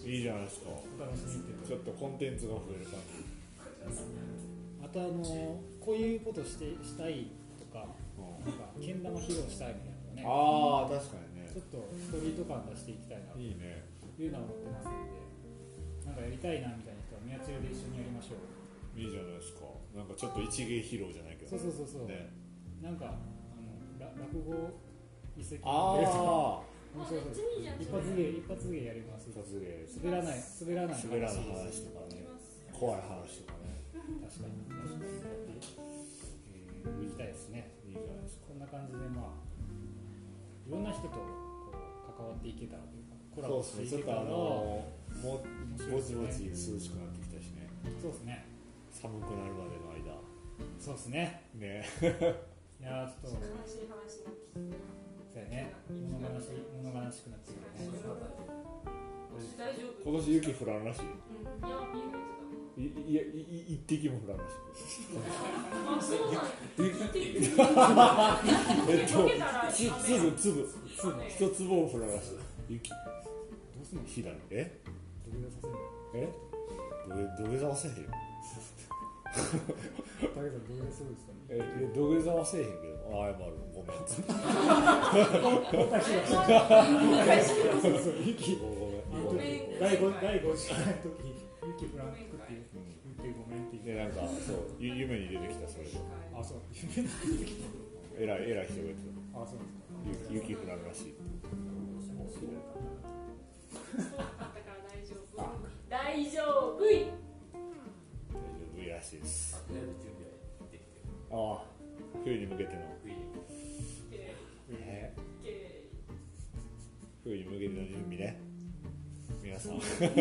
A: しい
C: いいじゃないですか。
A: お楽しみっていう
C: ちょっとコンテンツが増える感じ。
A: あとあのこういうことしてしたいとか、なんかけん玉披露したいみたいなのね、
C: ああ確かにね。
A: ちょっとストリート感出していきたいなとい
C: いいね。
A: うのは思ってますので、なんかやりたいなみたいな人はミヤチルで一緒にやりましょう。
C: いいじゃないですか。なんかちょっと一芸披露じゃないけど。
A: そうそうそうそう、
C: ね。
A: なんかあのら落語一席
C: ああ。
A: 面白そうです。一発芸一発芸やります。
C: 一発芸。
A: 滑らない滑らない
C: 滑らない話とかね。怖い話とかね。
A: 確かに確かにやっていきたいですね。
C: いいじゃないですか。
A: こんな感じでまあいろんな人とこう関わっていけたらというかコラボしていけたら、
C: ちょっとあのもうぼちぼち涼しくなってきたしね。
A: そうですね。
C: 寒くなるまでの間。
A: そうですね。
C: ね。
A: いやーちょっと
E: 悲しい話になってきて
A: そうやね。物悲しい物悲しくなってくるね。
E: 大丈夫？
C: 今年雪降らんらしい。
E: うん、いや、ビール言って
C: いいやいい一滴も降らんらしい。
E: た。あ、そうなん
C: えっとつ粒粒粒一粒も降らんらしい。雪。どうすんの？火だね。え？
A: 土下座させる。
C: え？土下土下座はせえへんよ。
A: 武さん土下座するんですかね。
C: ええ土下座はせえへんけど、あ謝るごめん。
A: そうそう雪。
C: ごめん。
A: 第五第五次回の時雪降らんくって言ってごめんって言って。
C: でなんかそうゆ夢に出てきたそれで。
A: あそう夢に出てきた。
C: えらいえらい人が言って
A: あそうなんですか。
C: た。雪雪降らんらしい。
E: だから大丈夫。大丈夫い。
C: 大丈夫いらしいです。
D: とりあえず準備はできてる。
C: ああ冬に向けての。
D: 冬に
C: ね
E: え
C: 冬に向けての準備ね。皆さんあ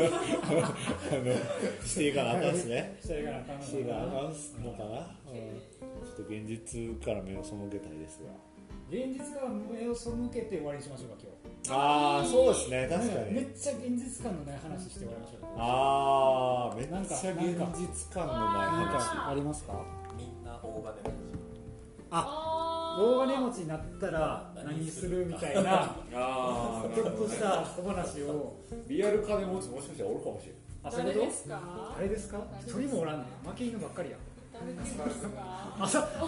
C: のしていかなあかんっすね。
A: していかなあかんのかな。
C: していかなあかんのかな。うん、ちょっと現実から目を背けたいですが。
A: 現実から目を背けて終わりにしましょうか今日。
C: ああそうですね確かに。
A: めっちゃ現実感のない話して終わりましょう。
C: ああめっちゃ
A: なんか
C: 現実感のない
A: なん
C: 話。
A: かありますか？
D: みんな大金持ち。
A: あ、大金持ちになったら何するみたいな
C: ああ
A: ちょっとした小話を。
C: リアル金持ちもしかしたらおるかもしれない。
A: あ、そういうこと？
E: 誰ですか？
A: あれですか？一人もおらんねん。負け犬ばっかりや。
E: 誰ですか？
A: あ、そう、あ、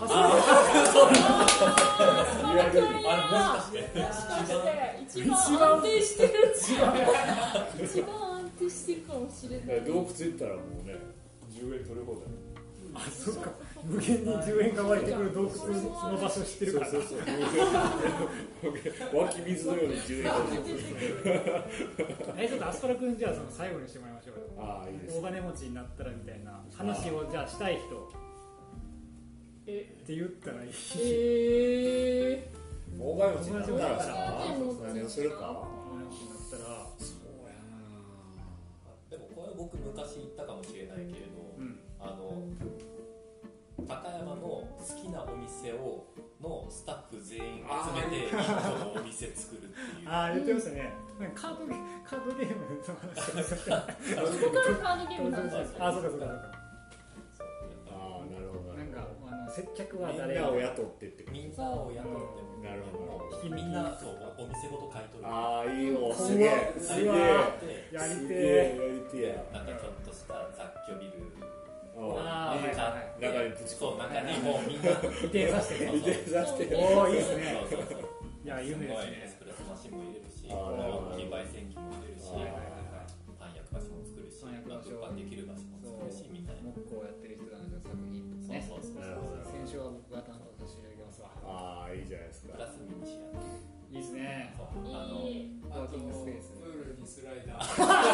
D: あれもしかして
E: 一番安定してる。一番安定してるかもしれない。
C: 洞窟行ったらもうねじゅうえん取れ放題。
A: あ、そっか。無限にじゅうえんが湧いてくる洞窟の場所知ってるから。
C: そうそうそう湧き水のようにじゅうえんが
A: え、ちょっとアスパラ君じゃあその最後にしてもらいましょうよ。
C: ああいいです
A: 大金持ちになったらみたいな話をじゃあしたい人えって言ったらいい。
E: え
C: 大金持ちになったらさ
E: 大金持ち
C: 何をするか。
A: 大金持ちになったら
C: そうや
D: でもこれ僕昔言ったかもしれないけれど、
A: うん
D: あの高山の好きなお店をのスタッフ全員集めて一個のお店作るっていう。
A: ああ言ってましたね。なんかカードゲカードゲームの話してました。
E: そこからカードゲームなんですか？
A: あ、そうかそうかそうか。
D: そう
C: ああなるほど
A: なんかあの接客は
C: みん
A: 誰
C: なを雇ってって
D: みんなを雇っても
C: なるほど。
D: みんなそうお店ごと買い取る。
C: ああいいよ
A: 怖っ
C: すげえすげえ
A: やりて
C: すげえやりてえ
D: なんかちょっとした雑居ビル
A: あー
D: で買って、
C: 中にぶち
D: そう中にもうみんな
A: 移転させてね。
C: 移転させて
A: おおいいですね。
D: そうそうそう
A: いや夢ですね
D: すごいエス。プレッソマシンも入れるし、
C: あー
D: 大きい焙煎機も入れるし、
C: はい
A: はいはい
D: パン焼く場所も作るし、
A: パン焼く場所
D: 物販できる場所も作るしみたいな。
A: 木工やってる人なんですよ作品とかね。
D: そうそうそう
C: なるほど
A: 先週は僕が担当させていただきますわ。
C: ああいいじゃないですか。
D: プラスミニシアター。
A: いいですね。
D: そうあの
E: いい。
A: ワーキングスペース。
F: プールにスライダー。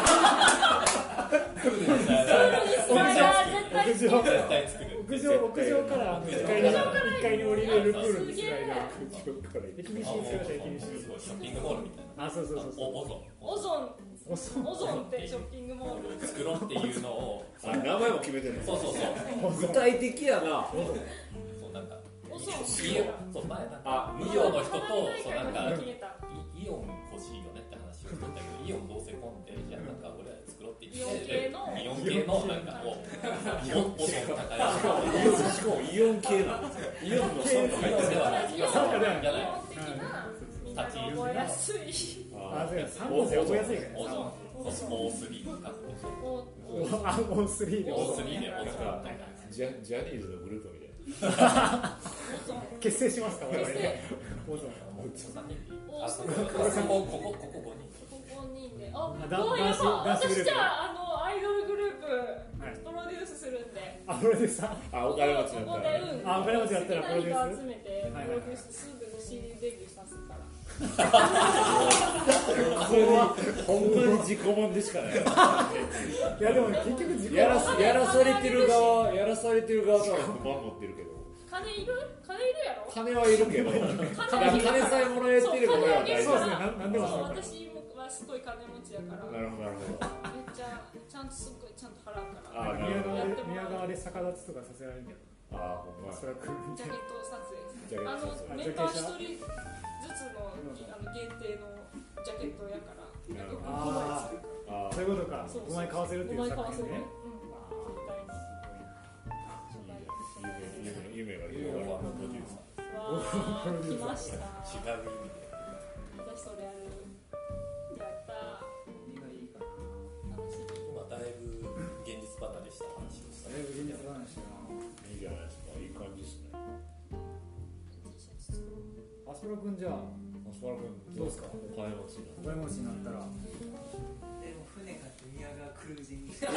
E: スライダー絶対
A: 屋上
D: 絶対作る。
A: 屋上屋上からあの一階に一階に降りれるプールにスライダー。
C: これ
A: 駅西に作りました駅西に。
D: すごいショッピングモールみたいな。
A: あ、そうそうそうそう。
D: おオゾン
E: オゾン
A: おそう。
E: オゾンってショッピングモール。
D: 作ろうっていうのを、
C: あ名前も決めてるの。
D: そうそうそう。
C: 具体的やな。
D: そうなんか
E: オゾン。
D: イオンそう前なんか医療の人とそうなんか
E: 消えた。
D: イイオン欲しいよねって話をしてたけど、イオンどうせ混んでじゃあなんか俺ら作ろうって言って
E: イオン系の
D: イオン系のなんかをイオンオゾン高い
C: しかもイオン系なんですよ。イオンの
D: イオンではないイオン
A: そうかね
D: じゃない
E: 基本的な
D: 立ち入り
E: 覚えやすい。
A: あ、そうや。三文字覚えやすいからね。
D: オゾン
E: オ
D: オースリーとか
B: お
A: あ、オースリーで
D: オースリーでオズ
C: なんかジャジャニーズのグループみたい
A: 結成しますか我々ね。オゾン。
B: お
D: あ、ここここここごにん
B: ここにんで、あ、
A: あだ
B: もうやっぱ
A: 男子グループ
B: 私じゃああのアイドルグループ
A: はい
B: プロデュースするんで、
A: あ、プロデューサー。
C: な。あ、お金持ち
B: こ
C: になったら。
B: こでうん
A: あお金持ちだったらプロデュース
B: 好きな人集めてプロデュースすぐ シーディー デビューさすから。
C: それは本当に自己満でしかない。
A: いやでも結局自分
C: やらすやらされてる側やらされてる側とは不満持ってるけど。
B: 金いる？金いるやろ？
C: 金はいるけど、金金さえもらえてるからは大
A: そうですね。
C: 丈夫。
A: なんなんでもそう。
B: 私はすごい金持ちやから。
C: なるほどなるほど。
B: めっちゃちゃんとすっごいちゃんと払うから。
C: あーなるほど。
A: 宮川で宮川で逆立つとかさせられるんだよ。
C: ああほんま。
A: それは来るみたいな。
B: ジャケット撮影。
C: ジャケッ
B: あの
C: ト撮影
B: メンバー一人ずつのあの限定のジャケットやから。
C: なるほど
B: ごまい作るから。
C: ああ
A: そういうことか。
B: そう
A: ごまい買わせるっていう
B: ごまい買わせるね。
A: 作品ね。
C: 夢夢が広がるプロデューサー。
B: わー来ました。
D: 違う意味で
B: 私それやる。やったー。
F: 何がいいかな。
B: 楽しみ。
D: 今だいぶ現実離れした話をした
A: だいぶ現実話だな。
C: いいじゃないですか。いい感じですね。
B: T シャツ作ろう。
A: アスパラ君じゃあ
C: アスパラ君どうですか。お金持ちにな
A: お金持ちになったら。
F: でも船買って宮川クルージングして。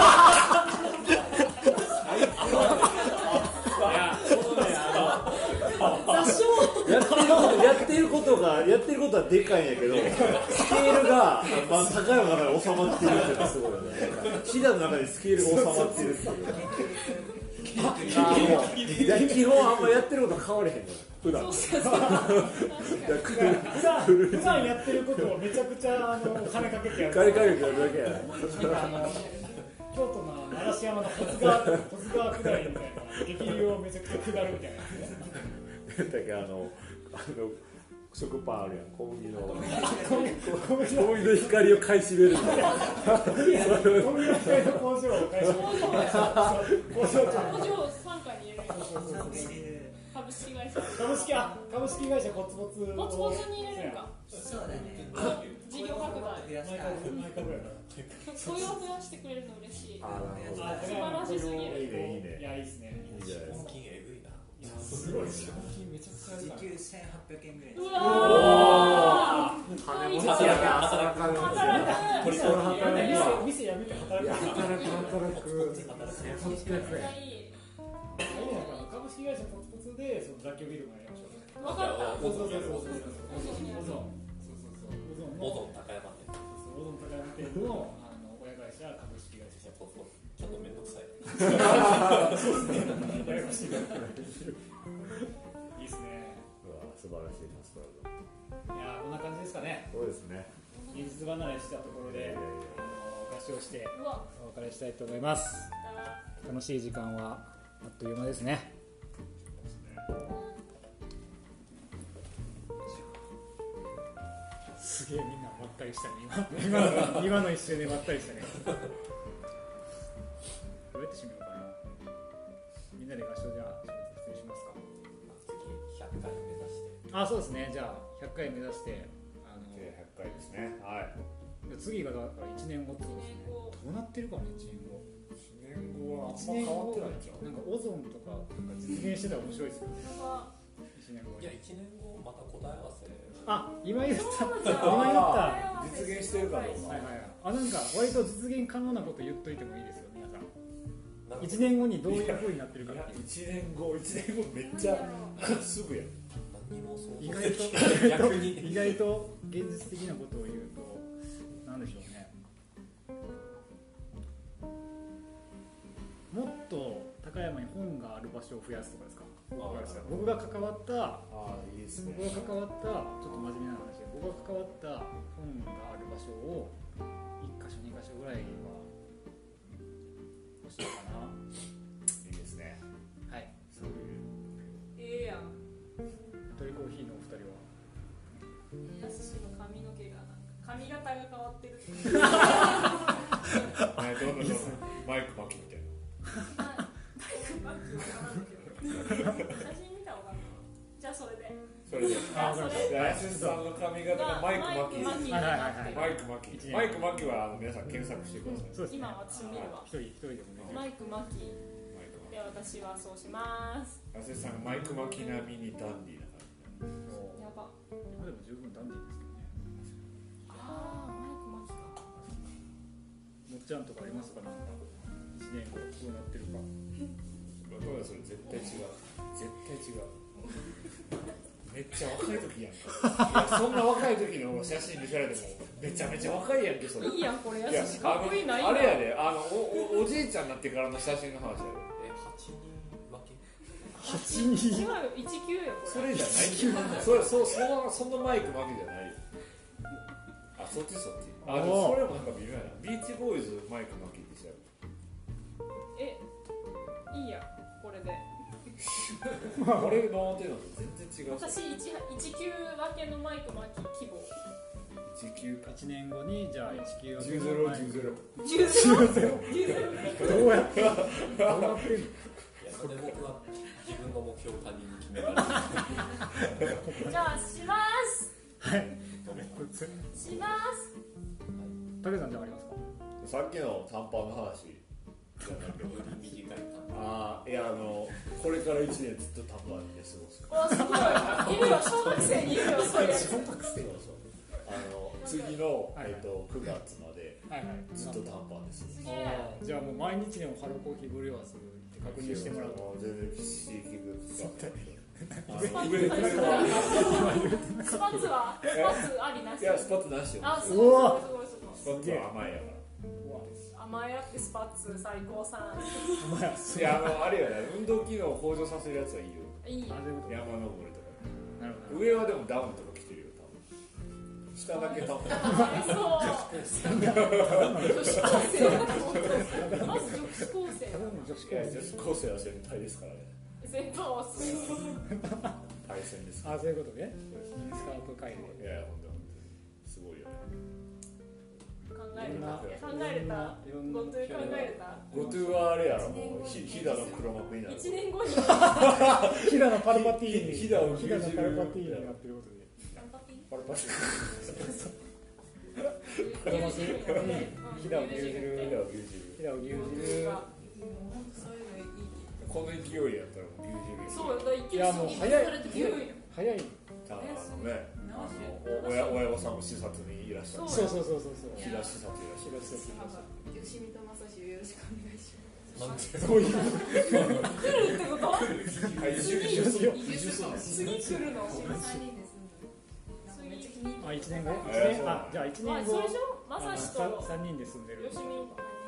C: やってることやってることがやってることはでかいんやけど、スケールがまあ高いの中で収まってるっていうのがすごいよね。シダの中でスケールが収まってるっていう。ああもういや基本あんまやってること変われへんのよ。普段。
B: そうそうそう。確かに。
A: 普段普段やってることをめちゃくちゃあの金かけてやる。
C: 金かけてやるだけやね。
A: あの京都の嵐山の保津川保津川下りみたいな激流をめちゃくちゃ下るみたいな。
C: だけあのあの食パンあるやん小麦の
A: 小麦
C: 小麦の光を買い占めるみたいな。
A: 小麦の光の工場を会社に工場長
B: 工場参加に入れるよ。株式会社。
A: 株式あ株式会社ポツポツ
B: ポツポツに入れるか。
F: そうだね。
B: 事業拡大。
F: 増やしたい。
A: 毎回ぐらい
B: 雇用増やしてくれるの嬉しい。
C: あなるほど。
A: あ
B: 素晴らしすぎる。
C: いいねいいね
A: いやいいですね。
C: いいじゃないですか。
D: 本金えぐいな。
A: すごい資本金めちゃくちゃあるから。
F: 時給せんはっぴゃくえんぐらい。
B: うわー。
C: 金持ちやから働く
B: 働く。
D: 取りそうな
A: 店店辞めて働く。
C: 働く働く。
B: めっちゃいい。
A: 株式会社ポツポツでその雑居ビルもやりましょう。
B: わかった。
A: そうそうそうそうそう。
B: オゾンにある。
A: オゾン。そうそうそう。オゾン
D: オ
A: の
D: ゾン高山店。
A: オゾン高山店のあの親会社株式会社。
D: ちょっとちょっと面倒くさい。
A: ややこしいな。いいですね。
C: うわ素晴らしいタスパラ
A: いやこんな感じですかね。
C: そうですね。
A: 現実離れしたところであの合唱して
B: うわ。
A: お別れしたいと思います。楽しい時間はあっという間ですね。すげえみんなまったりしたね。今今の今の一瞬でまったりしたね。どうやって締めようかな。みんなで合唱じゃあ失礼しますか。
D: 次ひゃっかい目指して。
A: あそうですね。じゃあひゃっかい目指してあの
C: ひゃっかいですね。はい。
A: 次がだからいちねんごってことですね。どうなってるかねいちねんご。
C: いちねんごはあんま変わってないんちゃう。
A: なんかオゾンとかなんか実現してたら面白いですよね。いちねんご
D: いやいちねんごまた答え合わせ。
A: あ今言った
B: そうじゃん
A: 今言った
C: 実現してるかどうか。
A: はいはいはい。あなんか割と実現可能なこと言っといてもいいですよ皆さん。
D: なんか
A: いちねんごにどういう風になってるか
C: いや
A: っていう。
C: いちねんごいちねんごめっちゃすぐやん。
D: 何も想
A: 意
D: 像
A: 外と
D: 逆に
A: 意外と現実的なことを言うとなんでしょうね。もっと高山に本がある場所を増やすとかですか。僕が関わった
C: ああいいですね。
A: 僕が関わったちょっと真面目な話で僕が関わった本がある場所をいっかしょにかしょぐらいは欲しいかな。
C: いいですね。
A: はい。
C: そういう。
B: ええやん。
A: トリコーヒーのお二人は
B: やすしの髪の毛がなんか髪型が変わってる。
C: はいどんどんどんどんマイク巻きみたいな。
B: マイクマッキーわからんけど。写真見たらわかんない。じゃあそれで。
C: それで
A: あ分かりました。
C: やすしさんの髪型がマイクマキ
B: マイクマキに
A: はいはい
B: なってる。
A: はい
C: マイクマキマイクマキはあの皆さん検索してください。
A: そうですね。
B: 今私見るわ。
A: 一人一人でもね。
B: マイクマキ
C: マイクマ
B: で私はそうします。
C: キやすしさんがマイクマキ並みにダンディーな感じ。
B: やば。
A: 今でも十分ダンディーですけどね。
B: ああマイクマキか。
A: もっちゃんとかありますか、なんか一年後どうなってるか。
C: どうだそれ絶対違う絶対違うめっちゃ若い時やんか。いやそんな若い時の写真見せられてもめちゃめちゃ若いやんけそれ。
B: いいやんこれや
C: いや
B: しかっこいいないい
C: あのあれやであのおおおじいちゃんになってからの写真の話や
D: えはちにん分け
A: はちにん。
B: 違うよいちきゅうよこれ。
C: でそれじゃないそれそそのそのマイクマキじゃないよ。あそっちそっちあでもそれもなんか微妙やな。ビーチボーイズマイクマキって調べ
B: えいいやこれで。
C: これの思ってるのと全然違う。
B: 私いちいちきゅう分けのマイクマキ希望。
C: いちきゅうか
A: いちねんごにじゃあいちきゅう
C: じゅうゼロじゅうゼロ
B: じゅうゼロじゅうゼロ。
A: どうやってどうやってんの。
D: いやなんで僕は自分の目標を他人に決められる
B: じゃあします
A: はい
B: します
A: たけさんじゃあありますか。
C: さっきの短パンの話じゃなくて
D: より短い短パン
C: ああいやあのこれからいちねんずっと短パンで過ごすか
B: わすごいいるよ小学生にいるよそういうやつ。
C: 小学生そうそうあの次の、
A: はい
C: えっとくがつまで
A: はいはい。
C: ずっと短パンです。
B: すげえ。
A: じゃあもう毎日でもハローコーヒーブリュワーズって確認してもらうと。
C: もう全然シーキグ使って
B: スパッツ
C: 上上は
B: スパッツはスパッツありなし。
C: いやスパッツなしよ。
B: あすごいすごいすごいす
C: スパッツは甘いやから。
B: ごい。甘えあってスパッツ最高さん。
C: いやあのあれやね運動機能を向上させるやつはいいよ。
B: いい。
A: あ、そういうこと。
C: 山登りとか。
A: なるほど。
C: 上はでもダウンとか着てるよ多分。下だけ短パン。
B: そう。女子高生。まず女子高生。
A: ただの女子
C: いや
A: 高
C: 女子高生は先輩ですからね。
B: 先輩はすごい。
C: 対戦です。
A: あ、そういうことね。インスタート会で。
C: いや本当本当にすごいよね。
B: 考えれた。考えれた。ゴトゥ考えれた。
C: ゴトゥはあれやろもうひひだの黒幕になる。
B: 一年後に。
A: ヒダのパルパティーニ。
C: ヒダを牛
A: ヒダ
C: 耳る
A: のパルパティーニになってることで。
C: パルパティ
A: 黒幕にヒダを牛耳る。
C: ヒダを牛耳る。
A: ヒダを牛耳る。
C: この勢いやったらもう牛耳る。
B: そうよ。だ
A: いやもう早い
B: 勢いよ。
A: 早い。
C: あのね、あの親親御さんも視察にいらっしゃる。
A: そうそうそうそうそう。
C: 飛騨視察いらっしゃる。
E: 吉見と正志をよろしくお願いします。
D: なんで
A: そういう。
B: 来るってこと？
C: はい、移住移住する移住するんです。
B: 次来るの。
E: 三人で住んでる。なんかめっちゃ気に入って
A: あ、一年後。一
C: えー
A: 年。あ、じゃあ一
B: まあ
A: 年後。
B: それでしょ？まさしと
A: 三人で住んでる。
B: よしみ。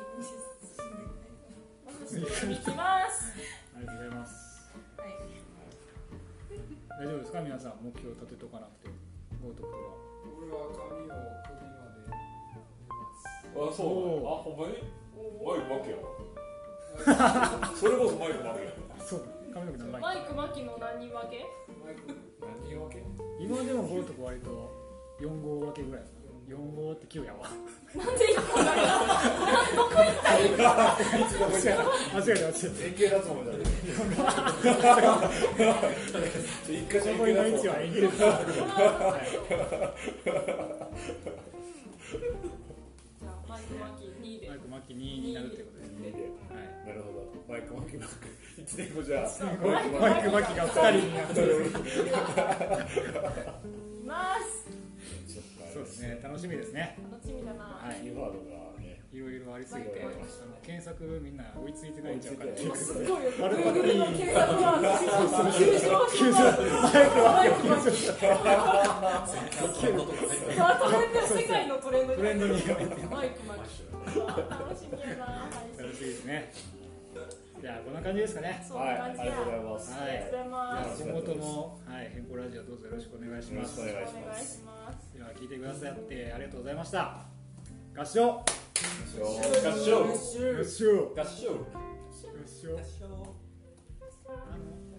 E: 住んでるね。
B: まさしと行きます。
A: ありがとうございます。
E: はい。
A: 大丈夫ですか、皆さん。目標立てとかなくて。豪徳とは。
F: 俺は髪をこれまで
C: あ、そう。あ、ほんまに？マイク負けや。それこそマイク負けや。
A: そう。髪の毛長い。
B: マイクマキの何分け？
F: マイク
C: 何分け？
A: 今でも豪徳割と四号分けぐらいですか。四号って九やわ。
B: なんで一個だけ？どこ行ったらいいか。
A: 間違えた間違えた。
C: 円形脱毛じゃない。一回
A: そこの位置は円形です。
B: じゃあマイクマキにで
A: マイ。クマキにになるってことですね。はい。
C: なるほど。マイクマキマク。一年後じゃあ。
A: マイクマキが二人になってる。
B: います。
A: そうですね。楽しみですね。
B: 楽しみだな。
A: はい。
C: キーワードがね。
A: いろいろありすぎて、あの検索みんな追いついてないんちゃうかっていう。
B: すごいよ。
A: パルパティ
B: Google の
A: ーニ。
B: 検索ワード急上
A: 急上
B: マイクマキ。
D: そんなとこ入って
B: まとめて世界のトレンド
A: トレンドに。
B: マイクマキ。楽しみやな。
A: 楽しみですね。じゃあこんな感じですかね。
B: そんな感じや。
C: ありがとうございます。
A: はい。
B: ありがとうございます。
A: じゃあ今後ともはい変更ラジオどうぞよろしくお願いします。
C: よろしくお願いし
B: お願い
C: ます。
B: します。
A: では聞いてくださってありがとうございました。合唱。
C: 合唱。
A: 合唱。
D: 合唱
A: 合唱。
D: 合唱
A: あの